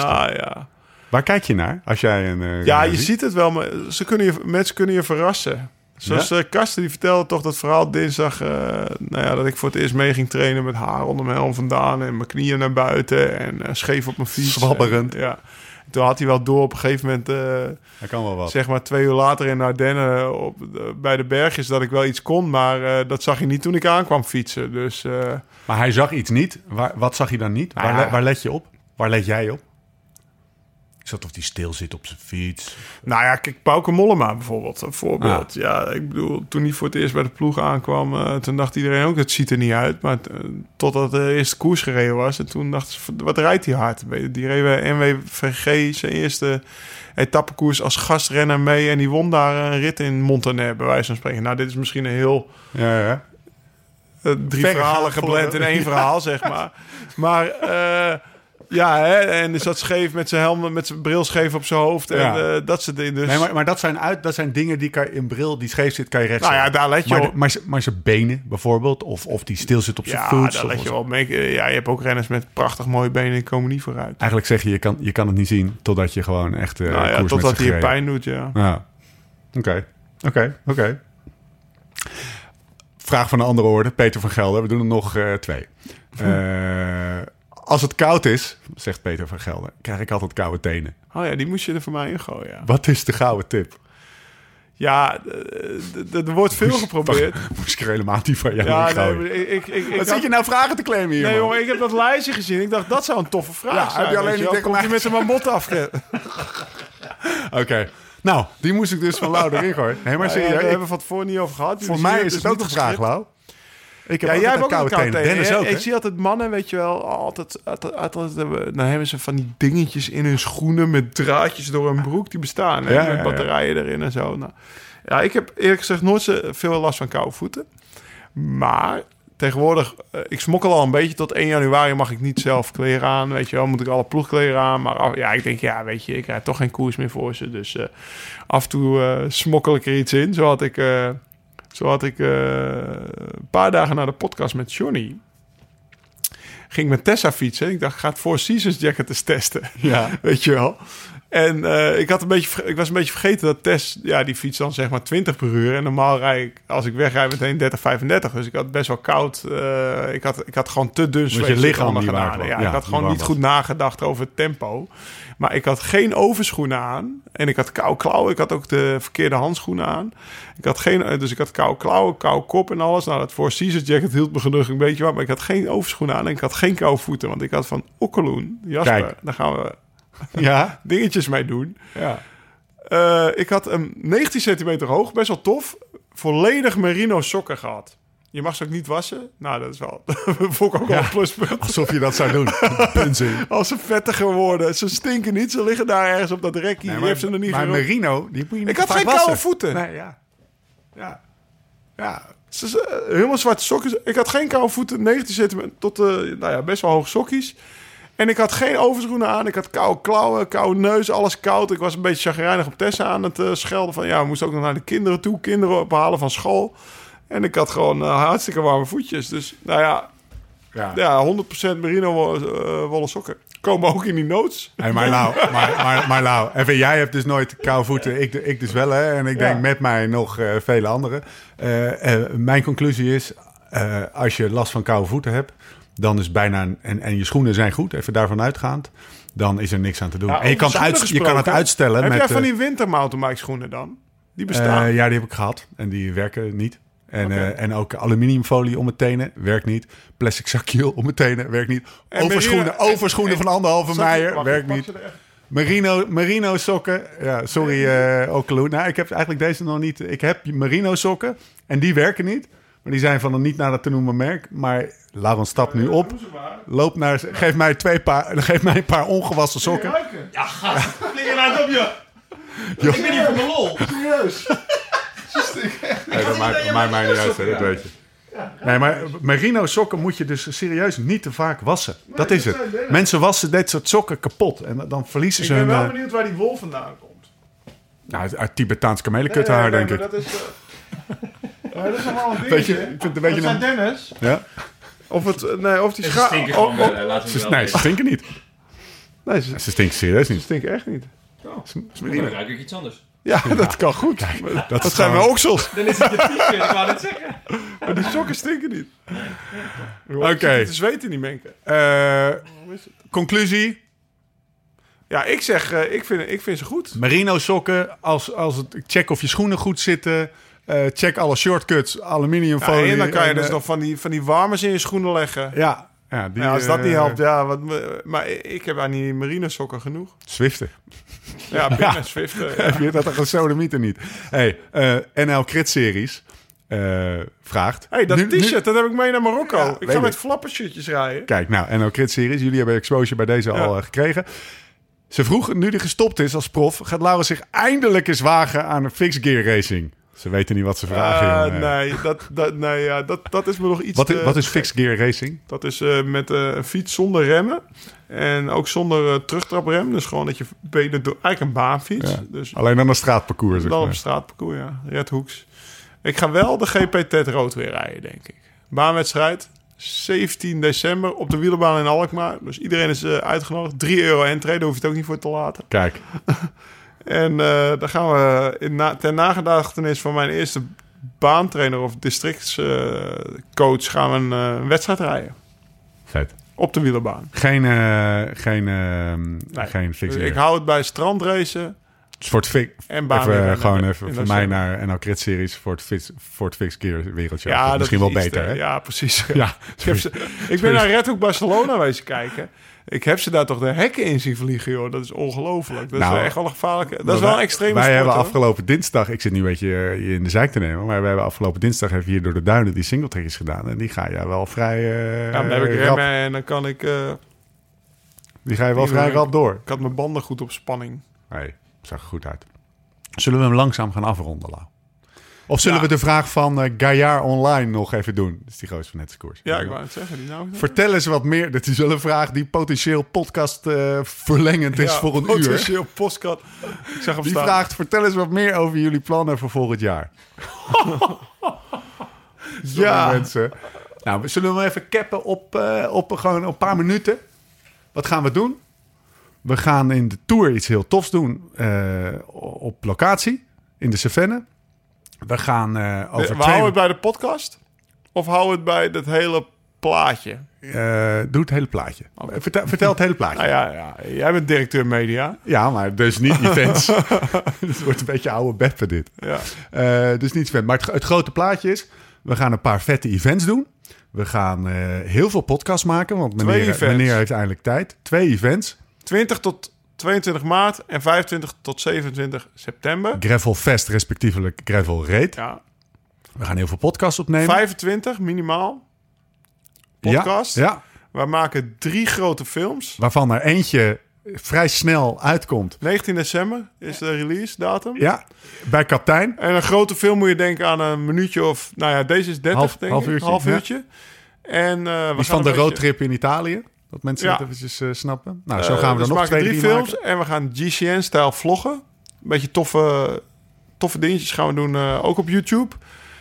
Waar kijk je naar als jij een... je ziet het wel, maar mensen kunnen je verrassen. Zoals Karsten, die vertelde toch dat verhaal dinsdag... dat ik voor het eerst mee ging trainen met haar onder mijn helm vandaan... en mijn knieën naar buiten en scheef op mijn fiets. Zwabberend. Toen had hij wel door op een gegeven moment... hij kan wel wat. Zeg maar 2 uur later in Ardennen bij de bergjes dat ik wel iets kon. Maar dat zag hij niet toen ik aankwam fietsen. Dus, maar hij zag iets niet. Wat zag hij dan niet? Waar let je op? Waar let jij op? Is dat of hij stil zit op zijn fiets? Nou ja, kijk, Pauke Mollema bijvoorbeeld. Een voorbeeld. Ja, ik bedoel, toen hij voor het eerst bij de ploeg aankwam... toen dacht iedereen ook, het ziet er niet uit. Maar totdat de eerste koers gereden was... en toen dachten ze, wat rijdt hij hard? Die reed bij NWVG zijn eerste etappekoers als gastrenner mee... en die won daar een rit in Montaner, bij wijze van spreken. Nou, dit is misschien een heel... 3 verhalen geblend in 1 verhaal, zeg maar. Maar... en is dat scheef met zijn helm, met zijn bril scheef op zijn hoofd. En dat soort dingen. Dus... Nee, maar dat zijn dingen die kan in bril die scheef zit, kan je recht zetten. Daar let je op. Maar zijn benen bijvoorbeeld, of die stil zit op zijn voet. Daar let je op. Je hebt ook renners met prachtig mooie benen die komen niet vooruit. Eigenlijk zeg je kan het niet zien totdat je gewoon echt koers totdat hij je pijn doet, Oké. Vraag van een andere orde. Peter van Gelder. We doen er nog 2. Als het koud is, zegt Peter van Gelder, krijg ik altijd koude tenen. Oh ja, die moest je er voor mij in gooien. Wat is de gouden tip? Ja, er wordt veel geprobeerd. Moest ik er helemaal niet van jou in gooien. Wat zit je nou vragen te claimen hier, Nee, jongen, ik heb dat lijstje gezien. Ik dacht, dat zou een toffe vraag zijn. Heb je alleen niet tegen mij... met een mamot af. Oké. Nou, die moest ik dus van Lau erin gooien. Nee, maar serieus. We hebben van tevoren niet over gehad. Voor mij is het ook een vraag, Lau. Ik heb jij hebt ook een koude tenen. Dennis ook, ik zie altijd mannen, weet je wel, altijd dan hebben ze van die dingetjes in hun schoenen met draadjes door hun broek die bestaan. Met batterijen erin en zo. Nou, ik heb eerlijk gezegd nooit zoveel last van koude voeten. Maar tegenwoordig, ik smokkel al een beetje. Tot 1 januari mag ik niet zelf kleren aan. Weet je wel, moet ik alle ploegkleren aan. Maar ik denk, weet je, ik rijd toch geen koers meer voor ze. Dus af en toe smokkel ik er iets in. Zo had ik een paar dagen na de podcast met Johnny... ging met Tessa fietsen. Ik dacht, ik ga het Four Seasons jacket eens testen. Ja. Weet je wel. En ik was een beetje vergeten dat Tess... Ja, die fiets dan zeg maar 20 per uur. En normaal rijd ik, als ik wegrijd, meteen 30, 35. Dus ik had best wel koud. Ik had gewoon te dun je lichaam niet gedaan. Ik had gewoon niet goed nagedacht over het tempo. Maar ik had geen overschoenen aan. En ik had koude klauwen. Ik had ook de verkeerde handschoenen aan. Dus ik had koude klauwen, koude kop en alles. Nou, dat Four Seasons jacket hield me genoeg een beetje warm. Maar ik had geen overschoenen aan en ik had geen koude voeten. Want ik had van Okkeloen, Jasper, daar gaan we dingetjes mee doen. Ja. Ik had hem 19 centimeter hoog, best wel tof. Volledig merino sokken gehad. Je mag ze ook niet wassen. Nou, dat is wel... vond ik ook wel een pluspunt. Alsof je dat zou doen. Punzing. Als ze vettiger worden. Ze stinken niet. Ze liggen daar ergens op dat rekje. Nee, je hebt ze er niet maar genoeg. merino, die moet je niet Ik had vaak geen wassen. koude voeten. Nee, ja. Helemaal zwarte sokjes. Ik had geen koude voeten. 19 centimeter tot best wel hoge sokjes. En ik had geen overschoenen aan. Ik had koude klauwen, koude neus, alles koud. Ik was een beetje chagrijnig op Tessa aan het schelden. Van we moesten ook nog naar de kinderen toe. Kinderen ophalen van school. En ik had gewoon hartstikke warme voetjes. Dus 100% merino wollen sokken. Komen ook in die notes. Hey, maar Lau, even, jij hebt dus nooit koude voeten. Ik dus wel, hè. En ik denk met mij nog vele anderen. Mijn conclusie is, als je last van koude voeten hebt, dan is bijna... En je schoenen zijn goed, even daarvan uitgaand. Dan is er niks aan te doen. Ja, en je kan het uitstellen. Heb met, jij van die wintermountainbike schoenen dan? Die bestaan? Ja, die heb ik gehad. En die werken niet. En ook aluminiumfolie om mijn tenen werkt niet. Plastic zakje om mijn tenen werkt niet. Overschoenen van 1,5 meijer werkt niet. Merino sokken. Ja, sorry Okelo. Nou, ik heb eigenlijk deze nog niet. Ik heb merino sokken en die werken niet. Maar die zijn van een niet nader te noemen merk. Maar Laurens stapt nu op. Loop naar... Geef mij een paar ongewassen sokken. Ja, gast. Lig je nou op je? Ik ben hier voor mijn lol. Serieus. Nee, dat maakt mij niet uit, dat weet je. Nee, maar merino sokken moet je dus serieus niet te vaak wassen. Dat is het. Mensen wassen dit soort sokken kapot. En dan verliezen ze hun... Ik ben wel benieuwd waar die wol vandaan komt. Nou, uit Tibetaans kamelenkuthaar, denk ik. Dat is nog wel een Weet je, dingetje. ik vind het een beetje Dat zijn Dennis. Ja? Of die Ze stinken gewoon wel. Laten we wel Nee, ze stinken niet. Nee, Ze stinken serieus niet. ze stinken echt niet. Dan ruik ik iets anders. Ja, dat kan goed. Kijk, Dat zijn mijn oksels. Dan is het je t-shirt, ik wou het zeggen. Maar die sokken stinken niet. Oké. Te zweten niet menken. Conclusie. Ja, ik zeg, ik vind ze goed. Merino sokken. Check of je schoenen goed zitten. Check alle shortcuts. Aluminiumfolie. En dan kan je dus nog van die warmers in je schoenen leggen. Ja, Als dat niet helpt, maar ik heb aan die merino sokken genoeg. Zwiften. Ja, binnen Zwiften. Ja. Heb je dat een gesodemieter niet? Hey, NL Crit Series vraagt... Hey, dat t-shirt, dat heb ik mee naar Marokko. Ja, ik ga met flappershirtjes rijden. Kijk, nou, NL Crit Series. Jullie hebben exposure bij deze al gekregen. Ze vroeg, nu die gestopt is als prof... gaat Laurens zich eindelijk eens wagen aan een fixed gear racing. Ze weten niet wat ze vragen. Dat is me nog iets... Wat is fixed gear racing? Dat is met een fiets zonder remmen. En ook zonder terugtraprem. Dus gewoon dat je benen door... Eigenlijk een baanfiets. Ja. Dus Alleen dan een straatparcours. dan op een straatparcours, ja. Redhoeks. Ik ga wel de GP Ted Rood weer rijden, denk ik. Baanwedstrijd. 17 december op de wielerbaan in Alkmaar. Dus iedereen is uitgenodigd. €3 entree, daar hoef je het ook niet voor te laten. Kijk. En dan gaan we ter nagedachtenis van mijn eerste baantrainer of districtscoach gaan we een wedstrijd rijden. Vet. Op de wielerbaan. Geen fixed Dus gear. ik hou het bij strandracen voor het en baanwielrennen. even voor mij naar NL Crit Series voor het fixed gear wereldje. Ja, dat misschien is wel iets beter, hè? Ja, precies. Ja. Ik ben naar Red Hook Barcelona wezen kijken. Ik heb ze daar toch de hekken in zien vliegen, joh. Dat is ongelooflijk. Dat is wel echt wel een gevaarlijke... Dat is wel een extreme Wij sport, hebben hoor. afgelopen dinsdag... Ik zit nu een beetje je in de zeik te nemen... maar we hebben afgelopen dinsdag even hier door de duinen die singletrekjes gedaan. En die ga je wel vrij dan heb ik rap... remmen en dan kan ik... Die ga je wel vrij rap door. Ik had mijn banden goed op spanning. Nee, zag er goed uit. Zullen we hem langzaam gaan afronden, Lau? Of zullen we de vraag van Gaillard Online nog even doen? Dat is die gozer van Netskoers. Ja, ik wou het zeggen. Vertel eens wat meer. Dat is wel een vraag die potentieel podcast verlengend is voor een uur. Potentieel podcast. Ik zag hem Die staan. vraagt, vertel eens wat meer over jullie plannen voor volgend jaar. Ja. Mensen. Nou, zullen we hem even cappen op gewoon een paar minuten? Wat gaan we doen? We gaan in de Tour iets heel tofs doen op locatie in de Cevennes. We gaan over We houden het bij de podcast? Of houden we het bij het hele plaatje? Doe het hele plaatje. Okay. Vertel het hele plaatje. Nou ja, jij bent directeur media. Ja, maar dus niet events. Het wordt een beetje oude beppe dit. Ja. Dus niet event. Maar het grote plaatje is... We gaan een paar vette events doen. We gaan heel veel podcasts maken. Want meneer heeft eindelijk tijd. 2 events. 20 tot 22 maart en 25 tot 27 september. Gravel Fest, respectievelijk Gravel Raid. Ja. We gaan heel veel podcasts opnemen. 25 minimaal. Podcast. Ja. We maken 3 grote films. Waarvan er eentje vrij snel uitkomt. 19 december is de release datum. Ja, bij Kaptein. En een grote film moet je denken aan een minuutje of... Nou ja, deze is 30, half uurtje. En, we is van de roadtrip in Italië. Dat mensen dat eventjes snappen. Nou, zo gaan we dus dan nog 3 films. maken. En we gaan GCN-stijl vloggen. Een beetje toffe dingetjes gaan we doen, ook op YouTube.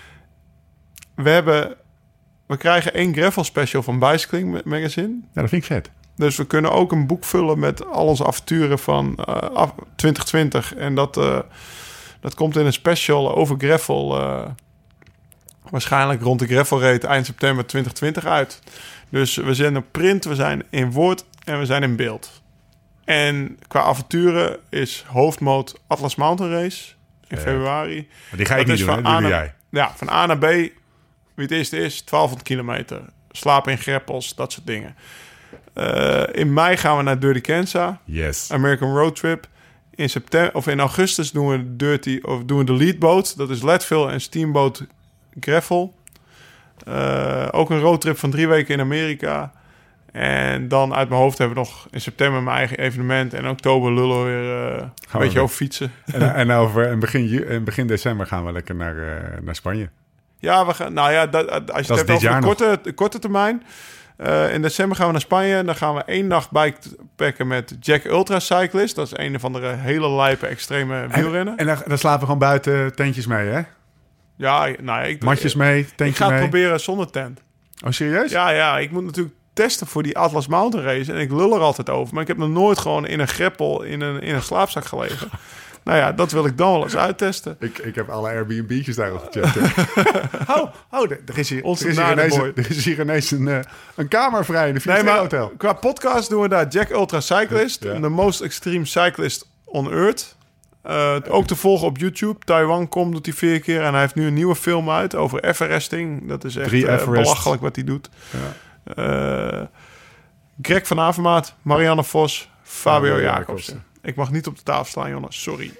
We krijgen 1 gravel special van Bicycling Magazine. Ja, dat vind ik vet. Dus we kunnen ook een boek vullen met al onze avonturen van 2020. En dat komt in een special over gravel. Waarschijnlijk rond de gravel race eind september 2020 uit. Dus we zijn op print, we zijn in woord en we zijn in beeld. En qua avonturen is hoofdmoot Atlas Mountain Race in februari. Maar die ga ik niet doen, hè? Die doe jij. Ja, van A naar B. Wie het eerste is, 1200 kilometer. Slapen in greppels, dat soort dingen. In mei gaan we naar Dirty Kansas. Yes. American Road Trip. In augustus doen we de Leadboat. Dat is Leadville en Steamboat Gravel. Ook een roadtrip van 3 weken in Amerika. En dan uit mijn hoofd hebben we nog in september mijn eigen evenement. En in oktober lullen we weer een beetje over fietsen. En begin december gaan we lekker naar Spanje. Ja, we gaan. Nou ja, als je het hebt over de korte termijn. In december gaan we naar Spanje. En dan gaan we 1 dag bikepacken met Jack Ultracyclist. Dat is een van de hele lijpe, extreme wielrennen. En dan slapen we gewoon buiten tentjes mee, hè? Ja, matjes mee, tentje mee. Ik ga het proberen zonder tent. Oh, serieus? Ja, ik moet natuurlijk testen voor die Atlas Mountain Race. En ik lul er altijd over. Maar ik heb nog nooit gewoon in een greppel in een slaapzak gelegen. Nou ja, dat wil ik dan wel eens uittesten. Ik heb alle Airbnb'tjes daarop gecheckt. Er is hier ineens een kamer vrij in de Fietsenhotel. Qua podcast doen we daar Jack Ultracyclist. The most extreme cyclist on earth. Ook te volgen op YouTube. Taiwan doet hij 4 keer. En hij heeft nu een nieuwe film uit over Everesting. Dat is echt belachelijk wat hij doet. Ja. Greg van Avermaat, Marianne Vos, Fabio Jacobsen. Ik mag niet op de tafel staan, Jonas. Sorry.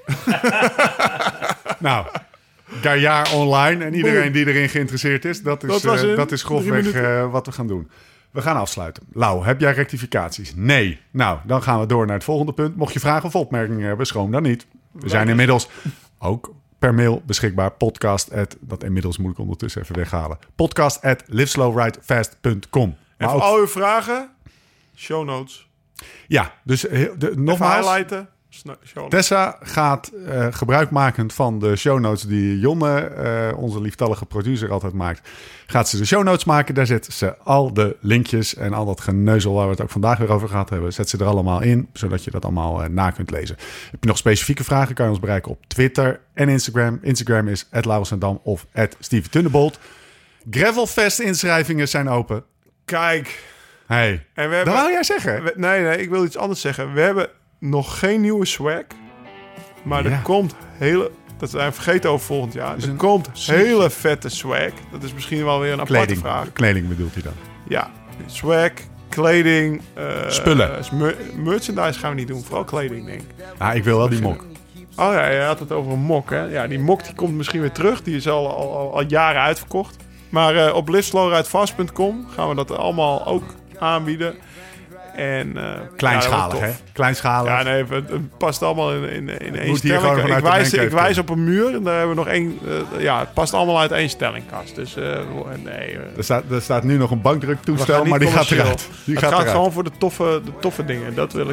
Nou, Gaillard online. En iedereen die erin geïnteresseerd is. Dat is grofweg wat we gaan doen. We gaan afsluiten. Lau, heb jij rectificaties? Nee. Nou, dan gaan we door naar het volgende punt. Mocht je vragen of opmerkingen hebben, schroom dan niet. We zijn inmiddels ook per mail beschikbaar. Dat inmiddels moet ik ondertussen even weghalen. podcast@liveslowridefast.com. En voor al uw vragen, show notes. Ja, dus nogmaals. Highlighten. Tessa gaat gebruikmakend van de show notes die Jonne, onze lieftallige producer, altijd maakt. Gaat ze de show notes maken. Daar zet ze al de linkjes en al dat geneuzel waar we het ook vandaag weer over gehad hebben. Zet ze er allemaal in, zodat je dat allemaal na kunt lezen. Heb je nog specifieke vragen, kan je ons bereiken op Twitter en Instagram. Instagram is @Laurens of @Steven Tunnebolt. Gravelfest inschrijvingen zijn open. Kijk. Hey, dat wou jij zeggen? Nee, ik wil iets anders zeggen. We hebben nog geen nieuwe swag. Maar er komt dat zijn we vergeten over volgend jaar. Er komt hele vette swag. Dat is misschien wel weer een aparte vraag. Kleding bedoelt hij dan? Ja, swag, kleding. Spullen. Merchandise gaan we niet doen. Vooral kleding, denk ik. Ah, ik wil wel die mok. Oh ja, je had het over een mok, hè? Ja, die mok die komt misschien weer terug. Die is al jaren uitverkocht. Maar op liveslowridefast.com gaan we dat allemaal ook aanbieden. En, kleinschalig, hè? Kleinschalig. Ja, nee, het past allemaal in één stelling. Ik wijs op een muur en daar hebben we nog één. Het past allemaal uit 1 stellingkast. Dus nee. Er staat nu nog een bankdruktoestel, maar die gaat eruit. Het gaat gewoon voor de toffe dingen. Dat wil ik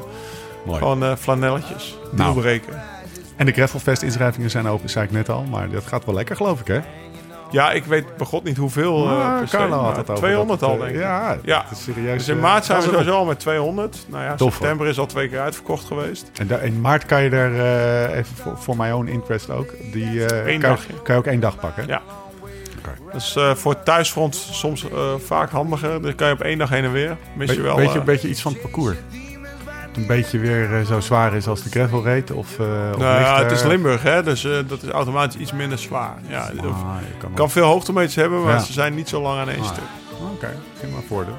gewoon flanelletjes. Doelbreken. En de Gravelfest inschrijvingen zijn open, zei ik net al. Maar dat gaat wel lekker, geloof ik, hè? Ja, ik weet bij god niet hoeveel. Carlo had het over 200 al, denk ik. Ja, dat is serieus. Dus in maart zijn we sowieso al met 200. Nou ja, september is al 2 keer uitverkocht geweest. En in maart kan je er even voor my own interest ook. Kan je ook 1 dag pakken? Ja. Okay. Dus voor het thuisfront soms vaak handiger. Dan kan je op 1 dag heen en weer. Mis je wel. Weet je een beetje iets van het parcours? Een beetje weer zo zwaar is als de gravel race? Het is Limburg, hè? Dus dat is automatisch iets minder zwaar. Ja, je kan veel hoogtemeters hebben, maar ze zijn niet zo lang aan 1 stuk. Oké, zie maar voordeel.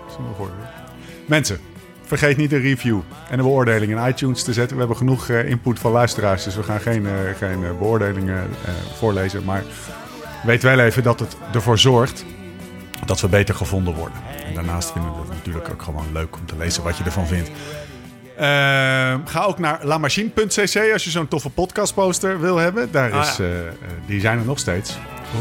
Mensen, vergeet niet een review en een beoordeling in iTunes te zetten. We hebben genoeg input van luisteraars, dus we gaan geen beoordelingen voorlezen. Maar weet wel even dat het ervoor zorgt dat we beter gevonden worden. En daarnaast vinden we het natuurlijk ook gewoon leuk om te lezen wat je ervan vindt. Ga ook naar lamachine.cc als je zo'n toffe podcastposter wil hebben. Die zijn er nog steeds.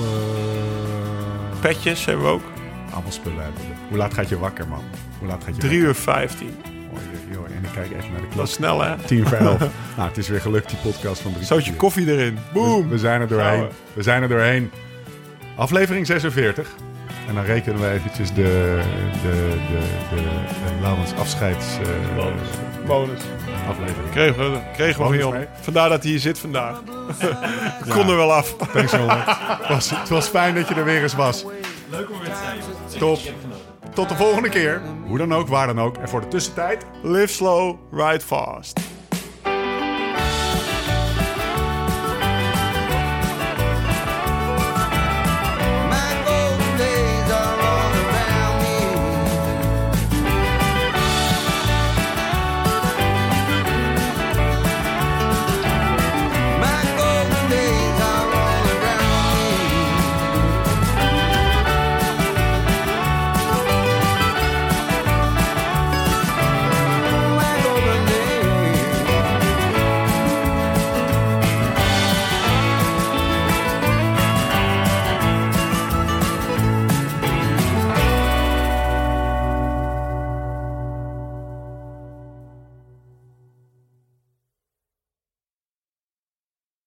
Petjes hebben we ook. Allemaal spullen hebben we. Hoe laat gaat je wakker, man? 3:15. En ik kijk even naar de klok. Dat is snel, hè? 10:11. Nou, het is weer gelukt, die podcast van 3 Zoutje koffie erin. Boom! We zijn er doorheen. We zijn er doorheen. Aflevering 46. En dan rekenen we eventjes de Laurens afscheids... bonus. Aflevering. Kregen we weer. Vandaar dat hij hier zit vandaag. Kon er wel af. Thanks, jongen. Het was fijn dat je er weer eens was. Leuk om weer te zijn. Top. Tot de volgende keer. Hoe dan ook, waar dan ook. En voor de tussentijd... Live slow, ride fast.